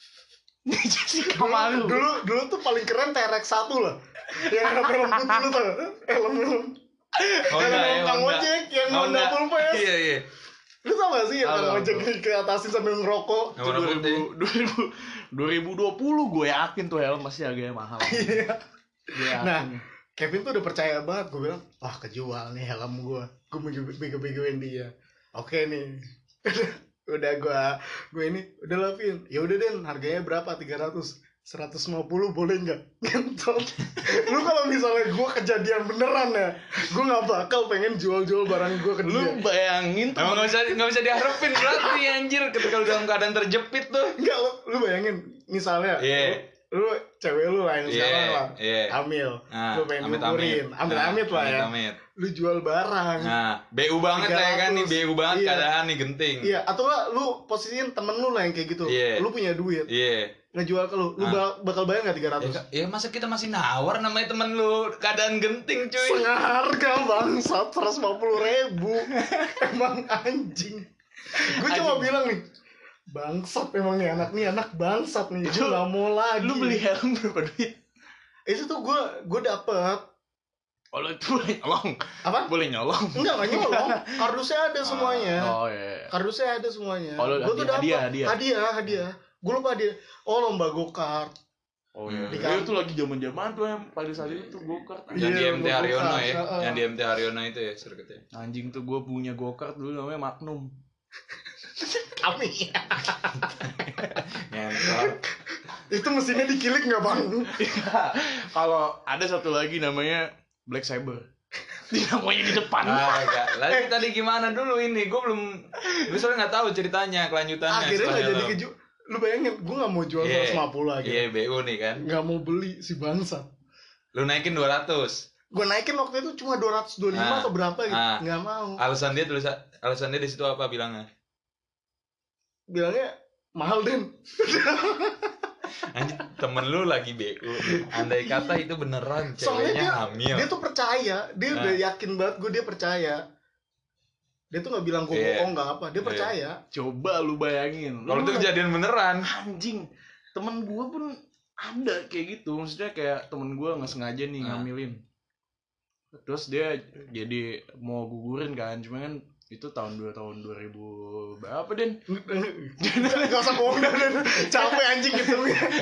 D J Sika dulu, Maru. dulu dulu tuh paling keren T R X satu lah. Yang ada helm putih lu tau, helm-helm Honda ya, helm Kang Honda. Ojek yang Honda full face. Iya, iya. Lu tau gak sih yang Tahu, Kang tahu, Ojek tahu. ke atasin sambil ngerokok? Yang warna putih. dua ribu dua ribu dua puluh gue yakin tuh helm masih agak mahal. Iya. Gue yakin. Nah, Kevin tuh udah percaya banget. Gue bilang, wah kejual nih helm gue. Gue bego-begoin dia. Oke nih. Udah gue, gue ini, udah lah Vin. Ya udah Den, harganya berapa? tiga ratus. seratus lima puluh boleh nggak? Ngentot. Lu kalau misalnya gue kejadian beneran ya, gue nggak bakal pengen jual-jual barang gue ke dia. Lu bayangin tuh. Emang nggak bisa nggak bisa diharapin berarti anjir ketika lu dalam keadaan terjepit tuh. Enggak, lu, lu bayangin misalnya Iya. lu, lu cewek lu lain Iya, sekarang lah iya. hamil, Nah, lu pengen amit-amit. gugurin, amit-amit lah ya, Amit-amit. lu jual barang. Nah, B U banget lah ya kan nih, B U banget Iya. keadaan nih genting. Iya, atau lah lu posisiin temen lu lah yang kayak gitu, Iya. lu punya duit, Iya. ngejual ke lu, lu Ah. bak- bakal bayar nggak tiga Ya, ratus? ya masa kita masih nawar namanya temen lu keadaan genting cuy. Setengah harga bangsat, seratus lima puluh ribu. Emang anjing. Gue cuma Anjing. bilang nih, bangsat emang nih anak nih anak bangsat nih, gue gak mau lagi. Lu beli helm berapa duit? Itu tuh gue gue dapet Oh, lu itu boleh nyolong. apa? Boleh nyolong. Enggak, gak nyolong. Kardusnya ada semuanya. Oh iya. Kardusnya ada semuanya. Oh, lu Gue tuh hadiah, dapet hadiah, hadiah, hadiah. Gue lupa hadiah. Oh, lomba go-kart. Oh iya. Di Ya, kamp- itu lagi zaman-zaman tuh yang pada saat itu tuh go-kart. Yang di Iya, M T gua Haryono buka. ya, Heeh. yang di M T Haryono itu ya sirkuitnya. Anjing tuh gue punya go-kart dulu namanya Magnum. Kami. Ngentot. Itu mesinnya dikilik nggak bang? Kalau ada satu lagi namanya Black Saber. Dinamonya di depan. Ah, enggak. Lagi tadi gimana dulu ini? Gue belum gue soalnya nggak tahu ceritanya, kelanjutannya. Akhirnya setelah nggak jadi helm. keju. Lu bayangin, gue nggak mau jual Iya. seratus lima puluh lagi. Iya, B U nih kan. Nggak mau beli si bangsat. Lu naikin dua ratus. Gue naikin waktu itu cuma dua ratus dua puluh lima Ah. atau berapa gitu. Ah. Nggak mau. Alasan dia tulis alasan dia di situ apa bilangnya? Bilangnya mahal Den. Anjir, temen lu lagi B U. Andai kata itu beneran Soalnya ceweknya dia, hamil. dia tuh percaya. Dia Nah. udah yakin banget gue dia percaya. Dia tuh nggak bilang gue Iya. bohong nggak apa. Dia Iya. percaya. Coba lu bayangin. Kalau Lu itu kejadian beneran. anjing. Temen gue pun ada kayak gitu. Maksudnya kayak temen gue nggak sengaja nih Ah. ngamilin. Terus dia jadi mau gugurin kan. Cuma kan itu tahun dua tahun dua ribu berapa Den? Gak usah bohong Dan. Capek anjing gitu.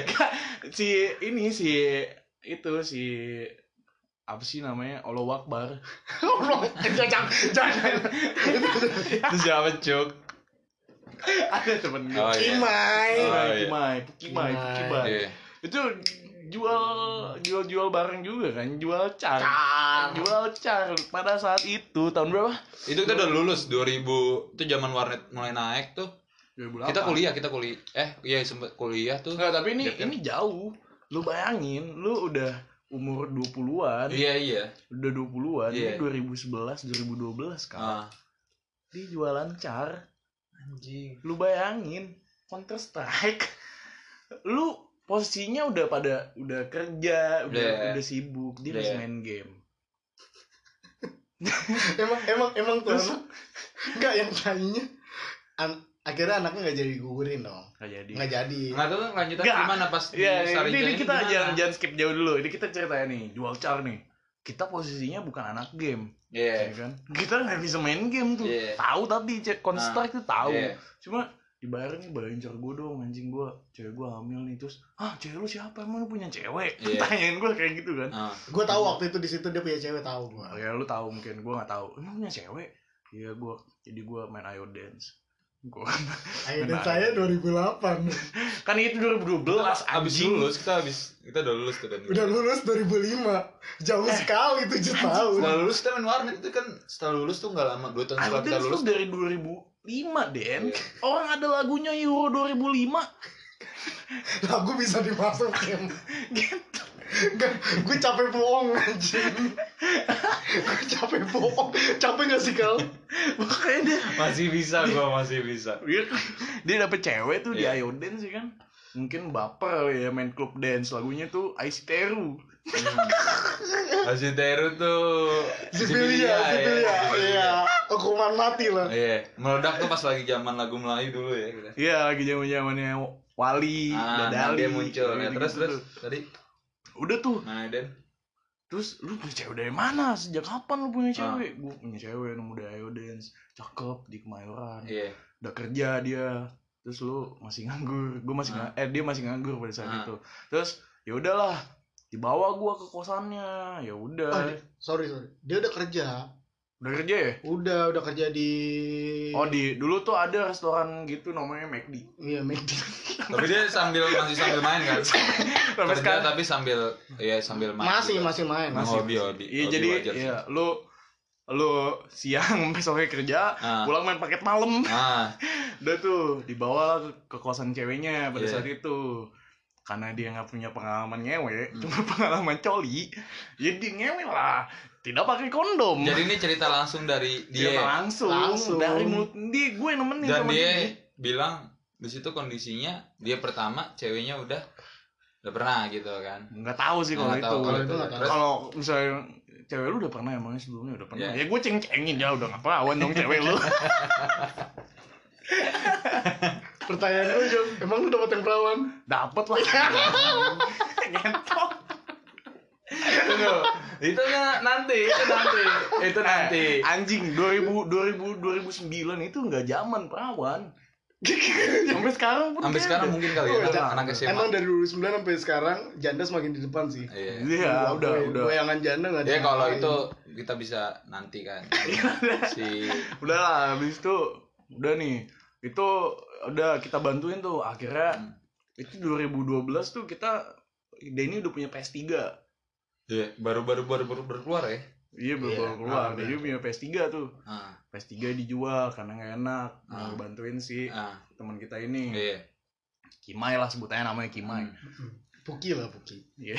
si ini si itu si apa sih namanya Allah Akbar. Jangan, jangan. Itu siapa, Cuk? Ada temen gue. Oh, iya. Kimai. Oh, Kimai, iya. Kimai, Kimai, Kimai. Kimai. Iya. Itu jual jual jual barang juga kan, jual car. Car. Jual car pada saat itu tahun berapa? Itu kita udah lulus dua ribu, itu zaman warnet mulai naik tuh. dua ribu delapan. Kita kuliah, kita kuliah. Eh, iya sempet kuliah tuh. Enggak, tapi ini Iya, kan? ini jauh. Lu bayangin, lu udah umur dua puluhan. Iya, iya. Udah dua puluhan. Iya. Ini dua ribu sebelas, dua ribu dua belas kan. Ah, Dia jualan car. Anjing. Lu bayangin Counter Strike, lu posisinya udah pada udah kerja, udah Yeah. udah sibuk, dia Yeah. masih main game. emang emang emang tuh anak enggak yang tadinya an- akhirnya anaknya nggak jadi gugurin dong. Nggak jadi. Nggak jadi. Nggak tahu lanjutan Nggak. gimana pas di Iya, Sarija ini, ini kita gimana? jangan jangan skip jauh dulu. Ini kita ceritanya nih, jual car nih. Kita posisinya bukan anak game, Iya. ya kan? Kita nggak bisa main game tuh. Yeah. Tahu tapi cek Counter Strike tuh tahu. Iya. Cuma dibayarin nih, bayarin car gue dong, anjing gue, cewek gue hamil nih, terus ah cewek lu siapa, emang lu punya cewek? Iya. Tanyain gue kayak gitu kan. Ah. Gue tahu waktu itu di situ dia punya cewek, tahu gue. Oh ya lu tahu mungkin, gue nggak tahu. Emang punya cewek? Iya gue, jadi gue main Ayo Dance. Gue Ayo dan saya dua ribu delapan. kan itu dua ribu dua belas Abis anjing. lulus kita abis kita udah lulus tuh kan. Udah lulus dua ribu lima. Jauh sekali tujuh tahun. Setelah lulus kita main warnet itu kan setelah lulus tuh nggak lama dua tahun Ayo setelah kita Dance lulus. tuh dari dua ribu lima, Den. Iya. Orang ada lagunya Euro dua ribu lima. Lagu bisa dimasukin. Gitu. Enggak, gue capek bohong anjing. Gue capek bohong. Capek gak sih kal? Makanya dia Masih bisa gua masih bisa. dia, dia dapet cewek tuh di Iya. Ayo Dance ya kan. Mungkin baper ya main klub dance, lagunya tuh Ice Teru. Masih Teru tuh Sibilia, Sibilia. Iya, hukuman mati lah. Iya, meledak tuh pas lagi zaman lagu Melayu dulu ya kita. Iya, lagi zaman-zamannya Wali, Ah, nah Dadali. dia muncul. Ya, gitu-gitu terus terus tuh. tadi Udah tuh. nah Den. Terus lu punya cewek dari mana? Sejak kapan lu punya Ah. cewek? Gue punya cewek nemu di Ayo Dance. Cakep di Kemayoran. Iya. Udah kerja dia. Terus lu masih nganggur. Gue masih Ah. nga- eh dia masih nganggur pada saat Ah. itu. Terus ya udahlah, dibawa gua ke kosannya. Ya udah. Oh, dia- sorry sorry. Dia udah kerja. Udah kerja ya? Udah udah kerja di. Oh, di dulu tuh ada restoran gitu namanya McD. Iya McD. Tapi dia sambil masih sambil main kan. Sampai Kerja sekarang. tapi sambil ya sambil main. Masih juga. masih main. Masih hobi hobi. Iya, Hobi jadi wajar sih. ya lu lu siang sampai sore kerja, Ah. pulang main paket malam. Ah, Udah tuh dibawa ke, ke kosan ceweknya pada Iya. saat itu. Karena dia nggak punya pengalaman ngewe, Hmm. cuma pengalaman coli, ya dia ngewe lah. Tidak pakai kondom. jadi ini cerita langsung dari dia dia. langsung, Langsung. dari mulut dia, gue yang nemenin Dan sama dia dia. bilang di situ kondisinya dia pertama ceweknya udah udah pernah gitu kan. Nggak tahu sih kalau Nggak itu. tahu Kalau itu nggak tahu. Kalau misalnya cewek lu udah pernah emangnya sebelumnya udah pernah. Iya. Ya gue ceng-cengin ya udah nggak perawan dong cewek lu. Pertanyaan gue Jom, emang lu dapet yang perawan? Dapet lah. Ngentot. Tunggu. Itu nggak nanti, itu nanti. Itu nanti. Eh, anjing dua ribu dua ribu dua ribu sembilan itu nggak zaman perawan. Sampai sekarang pun Sampai kayak sekarang ada. mungkin kali Oh, ya jangan. anak S M A. Emang dari dua ribu sembilan sampai sekarang janda semakin di depan sih. Iya. Iya, Gua- udah gua- udah. Goyangan janda nggak ada. Ya kalau yang itu lain. kita bisa nanti kan. si Udah lah, habis itu udah nih. Itu udah kita bantuin tuh akhirnya Hmm. itu dua ribu dua belas tuh kita Denny udah punya P S tiga. Iya, baru-baru baru baru baru keluar ya. Iya belum Iya, baru keluar, ah, dia udah. punya P S tiga tuh. Ah, P S tiga dijual karena nggak enak. Ah. Mau bantuin si ah, teman kita ini. iya. Kimai lah sebutannya namanya Kimai. Hmm. Puki lah Puki. Iya.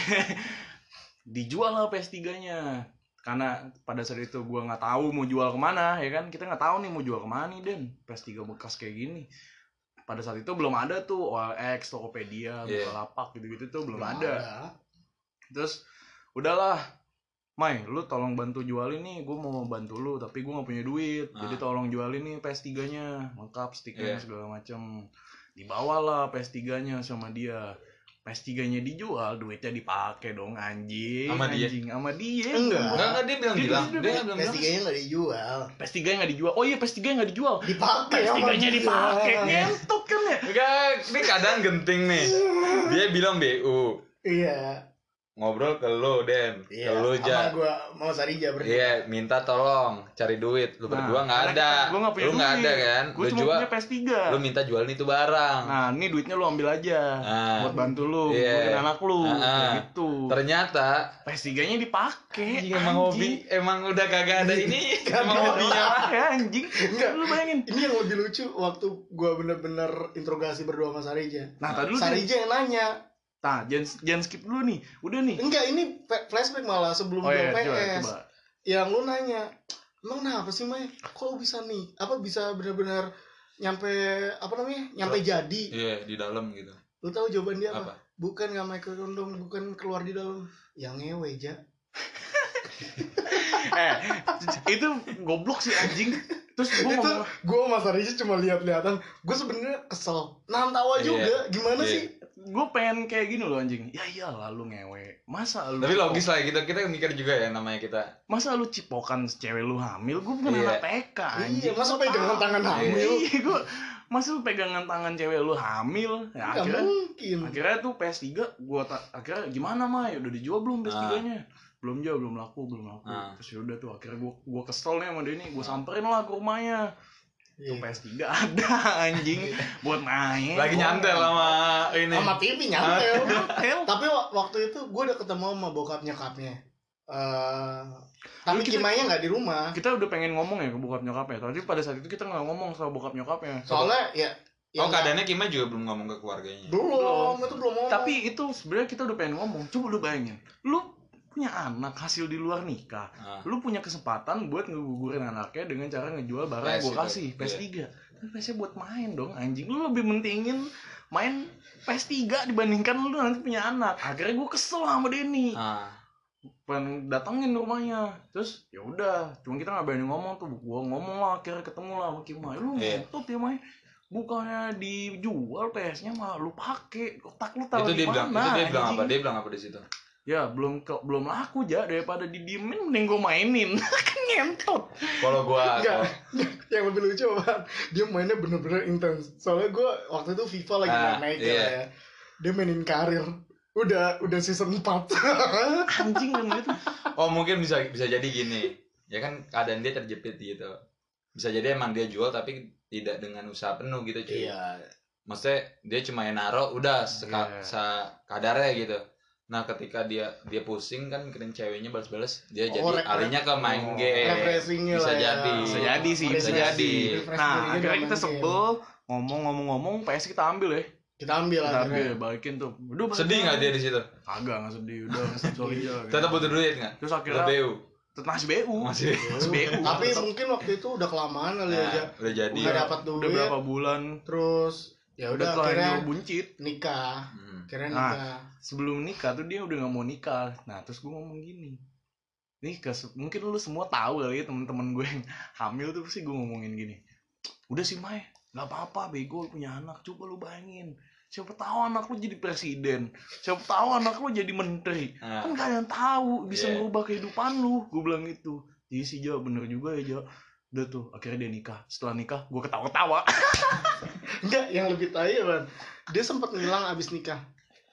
Dijual lah P S tiga-nya. Karena pada saat itu gua nggak tahu mau jual kemana, ya kan? Kita nggak tahu nih mau jual kemana nih, Den. P S tiga bekas kayak gini. Pada saat itu belum ada tuh O L X, Tokopedia, Iya. Bukalapak gitu-gitu tuh belum, Belum ada. Terus udahlah, Mai, lu tolong bantu jualin nih, gue mau bantu lu, tapi gue gak punya duit, Ah. jadi tolong jualin nih P S tiga-nya, lengkap stikernya Iya. segala macam. Dibawalah P S tiga-nya sama dia. P S tiga-nya dijual, duitnya dipakai dong anjing. Sama dia? Anjing sama dia. Enggak. Enggak enggak dia bilang Dia bilang. bilang- Dia P bilang S bilang. tiga-nya nggak dijual. P S tiga-nya gak dijual. Oh iya, P S tiga-nya gak dijual. P Dipakai S sama tiga-nya dia. dipakai. Ngentot kan ya? Enggak, ini keadaan genting nih. Dia bilang B U. Iya. Ngobrol ke lu, Den. Iya. Ke lu, Sama Ja. gua mau Sarija berdua. Iya, minta tolong cari duit. Lu Nah, berdua nggak karena ada. kita- gua nggak punya Lu nggak duit. ada kan? Gue Lu cuma jual. punya P S tiga. Lu minta jualin itu barang. Nah, ini duitnya lu ambil aja. Nah. Buat bantu lu, Iya. buatin anak lu. Ah, Kayak ah. gitu. Ternyata P S tiga-nya dipakai. anjing, emang hobi, emang udah kagak ada ini. Kagak emang ada. hobinya. Ya, anjing. Enggak. Lu bayangin. Ini yang lebih lucu waktu gua bener-bener interogasi berdua sama Sarija. Nah, tadi dulu Den. Sarija yang nanya. Nah, jangan jangan skip dulu nih. Udah nih. Enggak, ini fe- flashback malah sebelum Oh jual iya, P S. coba, coba. Yang lu nanya, emang kenapa sih Mai? Kok lu bisa nih? Apa bisa benar-benar nyampe apa namanya? Nyampe jadi. Iya, di dalam gitu. Lu tahu jawaban dia apa? Apa? Bukan nggak pakai kondom, bukan keluar di dalam. Yang ngewe, Ja. eh itu goblok sih anjing. Terus gue Itu ngomong, gue sama Sarija cuma lihat-lihatan. Gue sebenarnya kesel. Nahan tawa Iya. juga. Gimana Iya. sih? gue pengen kayak gini loh anjing. Ya iyalah lu ngewe. Masa lu Tapi logis lah kita kita mikir juga ya namanya kita. Masa lu cipokan cewek lu hamil? Gue bukan Iya. anak T K anjing. Iya, masa Gua pegangan tahu. tangan hamil? Iya, gue masa lu pegangan tangan cewek lu hamil? Ya, Nggak akhirnya mungkin. akhirnya tuh P S tiga gua ta- akhirnya gimana mah ya udah dijual belum P S tiga-nya? Belum jual, belum laku, belum laku. Ah. Terus yaudah tuh akhirnya gua gua kesel nih sama dia nih, gua samperin lah ke rumahnya. Tuh P S tiga ada anjing buat main. Lagi nyantel sama ini. Sama T V nyantel. Nyantel. Tapi wa- waktu itu gue udah ketemu sama bokap nyokapnya. Eh, tapi Kita- Kimanya nggak di rumah. Kita udah pengen ngomong ya ke bokap nyokapnya, tapi pada saat itu kita nggak ngomong soal bokap nyokapnya. Soalnya ya. ya Oh, nggak- keadaannya Kima juga belum ngomong ke keluarganya. belum, itu belum ngomong. Tapi itu sebenarnya kita udah pengen ngomong. Coba lu bayangin, lu punya anak hasil di luar nikah, Ah. lu punya kesempatan buat ngegugurin anaknya dengan cara ngejual barang yang P S gue itu, kasih P S iya. tiga. Tapi P S-nya buat main dong anjing. Lu lebih mentingin main P S tiga dibandingkan lu nanti punya anak. Akhirnya gue kesel sama Denny. Ah. Pengen datengin rumahnya. Terus ya udah, cuma kita nggak berani ngomong tuh. Gua ngomong lah, akhirnya ketemu lah sama Kimai. Lu Iya. ngentot ya Mai. Bukannya dijual P S-nya malah lu pakai. Otak lu tahu Itu dia di bilang, mana? itu dia bilang anjing? apa? Dia bilang apa di situ? Ya belum ke, belum laku aja, daripada didiemin mending gue mainin. Kan ngentot. Kalau gua Enggak, kalau- yang lebih lucu apa? Dia mainnya bener-bener intens. Soalnya gue waktu itu FIFA lagi Ah, naik iya. ya. Dia mainin karir. Udah udah season empat. Anjing kan itu. Oh, mungkin bisa bisa jadi gini. Ya kan keadaan dia terjepit gitu. Bisa jadi emang dia jual tapi tidak dengan usaha penuh gitu cuy. Iya. Maksudnya dia cuma yang naro udah seka, Iya. sekadarnya gitu. Nah ketika dia dia pusing kan mikirin ceweknya balas-balas dia Oh, jadi ref- alihnya ke main oh, game. refreshingnya Bisa lah ya. jadi. Bisa jadi sih, bisa Refreshing. jadi. Refresh Nah, dirinya akhirnya dengan kita main sebel, ngomong-ngomong-ngomong P S kita ambil ya. Kita ambil Kita lah. ambil, balikin tuh. Udah balikin. Sedih nggak dia di situ? Kagak, nggak sedih. Udah, sorry aja. Tetap butuh duit nggak? Terus Tetap akhirnya B U. tetap masih B U. Masih. Masih B U. Tapi Tetap- mungkin waktu itu udah kelamaan kali Nah, aja. udah jadi. Nggak dapat duit. udah berapa bulan. Terus ya Udah udah telah akhirnya buncit. nikah. Hmm. Akhirnya Nah. nikah. Sebelum nikah tuh dia udah nggak mau nikah. Nah terus gue ngomong gini, nih ke, mungkin lu semua tahu kali ya temen-temen gue yang hamil tuh pasti gue ngomongin gini, udah sih Mai, nggak apa-apa bego punya anak, coba lu bayangin, siapa tahu anak lu jadi presiden, siapa tahu anak lu jadi menteri, Nah. kan gak ada yang tahu bisa Yeah. merubah kehidupan lu. Gue bilang gitu. Jadi sih Jo bener juga ya Jo. Udah tuh akhirnya dia nikah. Setelah nikah gue ketawa-ketawa. Enggak, yang lebih tai kan. Dia sempat ngilang abis nikah.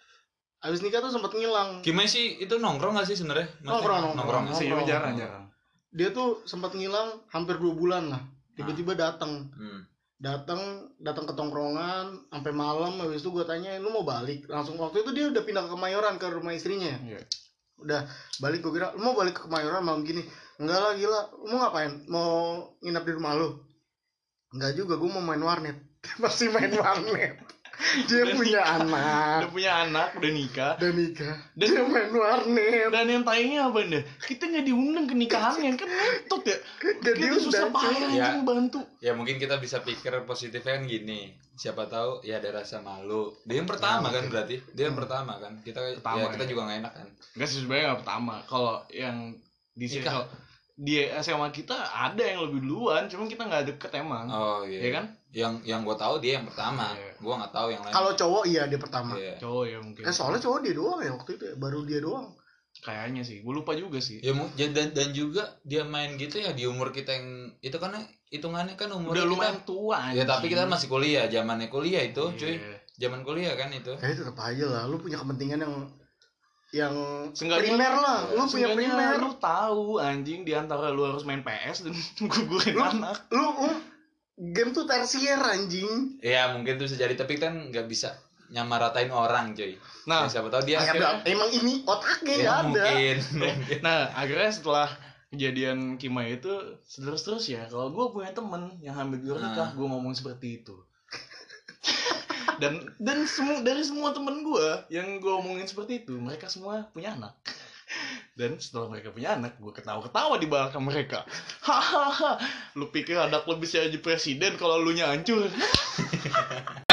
Abis nikah tuh sempat ngilang. Kimai sih itu nongkrong nggak sih sebenarnya? Maksudnya Nongkrong, nongkrong. nongkrong. Nongkrong. Sih jarang-jarang. Dia tuh sempat ngilang hampir dua bulan lah. Tiba-tiba datang. Hmm. Datang, datang ke tongkrongan sampai malam. Habis itu gue tanya, "Lu mau balik?" Langsung waktu itu dia udah pindah ke Kemayoran ke rumah istrinya. Iya. Udah balik, gue kira, "Lu mau balik ke Kemayoran malam gini?" "Enggak lah, gila. Lu mau ngapain? Mau nginap di rumah lu?" "Enggak juga, gue mau main warnet." Masih main warnet. Dia Udah punya nikah. anak. Udah punya anak, udah nikah. Udah nikah. Dan- Dia main warnet. Dan yang tainya apa nih? Kita nggak diundang ke nikahannya kan ngentot ya. Gak Kita susah diundang, cuy. payah Ya. anjing bantu. Ya mungkin kita bisa pikir positifnya kan gini. Siapa tahu ya ada rasa malu. Dia yang pertama kan berarti. Dia yang pertama kan. Kita Pertama, ya kita ya. juga nggak enak kan. Enggak sih sebenarnya nggak pertama. Kalau yang di sini Nikah. kalau di S M A kita ada yang lebih duluan, cuma kita nggak deket emang. Oh iya. Iya kan? Yang yang gue tahu dia yang pertama. Iya. Gue nggak tahu yang lain. Kalau cowok iya dia pertama. Iya. Cowok ya mungkin. Eh soalnya cowok dia doang ya waktu itu ya. Baru dia doang. Kayaknya sih. Gue lupa juga sih. Ya mu- dan dan juga dia main gitu ya di umur kita yang itu kan hitungannya kan umur Udah kita. lumayan tua Ya anjing. tapi kita masih kuliah, zamannya kuliah itu, cuy. Iya. Zaman kuliah kan itu. Tapi tetap aja lah. Lu punya kepentingan yang yang Seenggaknya- primer lah. Lu punya Seenggaknya primer. lu tahu anjing di antara lu harus main P S dan gugurin Lu- anak. Lu, lu game tuh tersier anjing. Ya mungkin itu bisa jadi tapi kan nggak bisa nyamaratain orang, cuy. Nah, Ya, siapa tahu dia Ya, akhirnya- emang ini otaknya ya, nggak ada. mungkin, mungkin. Nah, akhirnya setelah kejadian Kimai itu terus-terus ya, kalau gue punya temen yang hamil di luar nikah, Nah. gue ngomong seperti itu. dan dan semua dari semua temen gue yang gue omongin seperti itu, mereka semua punya anak. Dan setelah mereka punya anak, gue ketawa-ketawa di belakang mereka. Hahaha, lu pikir anak lu bisa jadi presiden kalau lu nya hancur?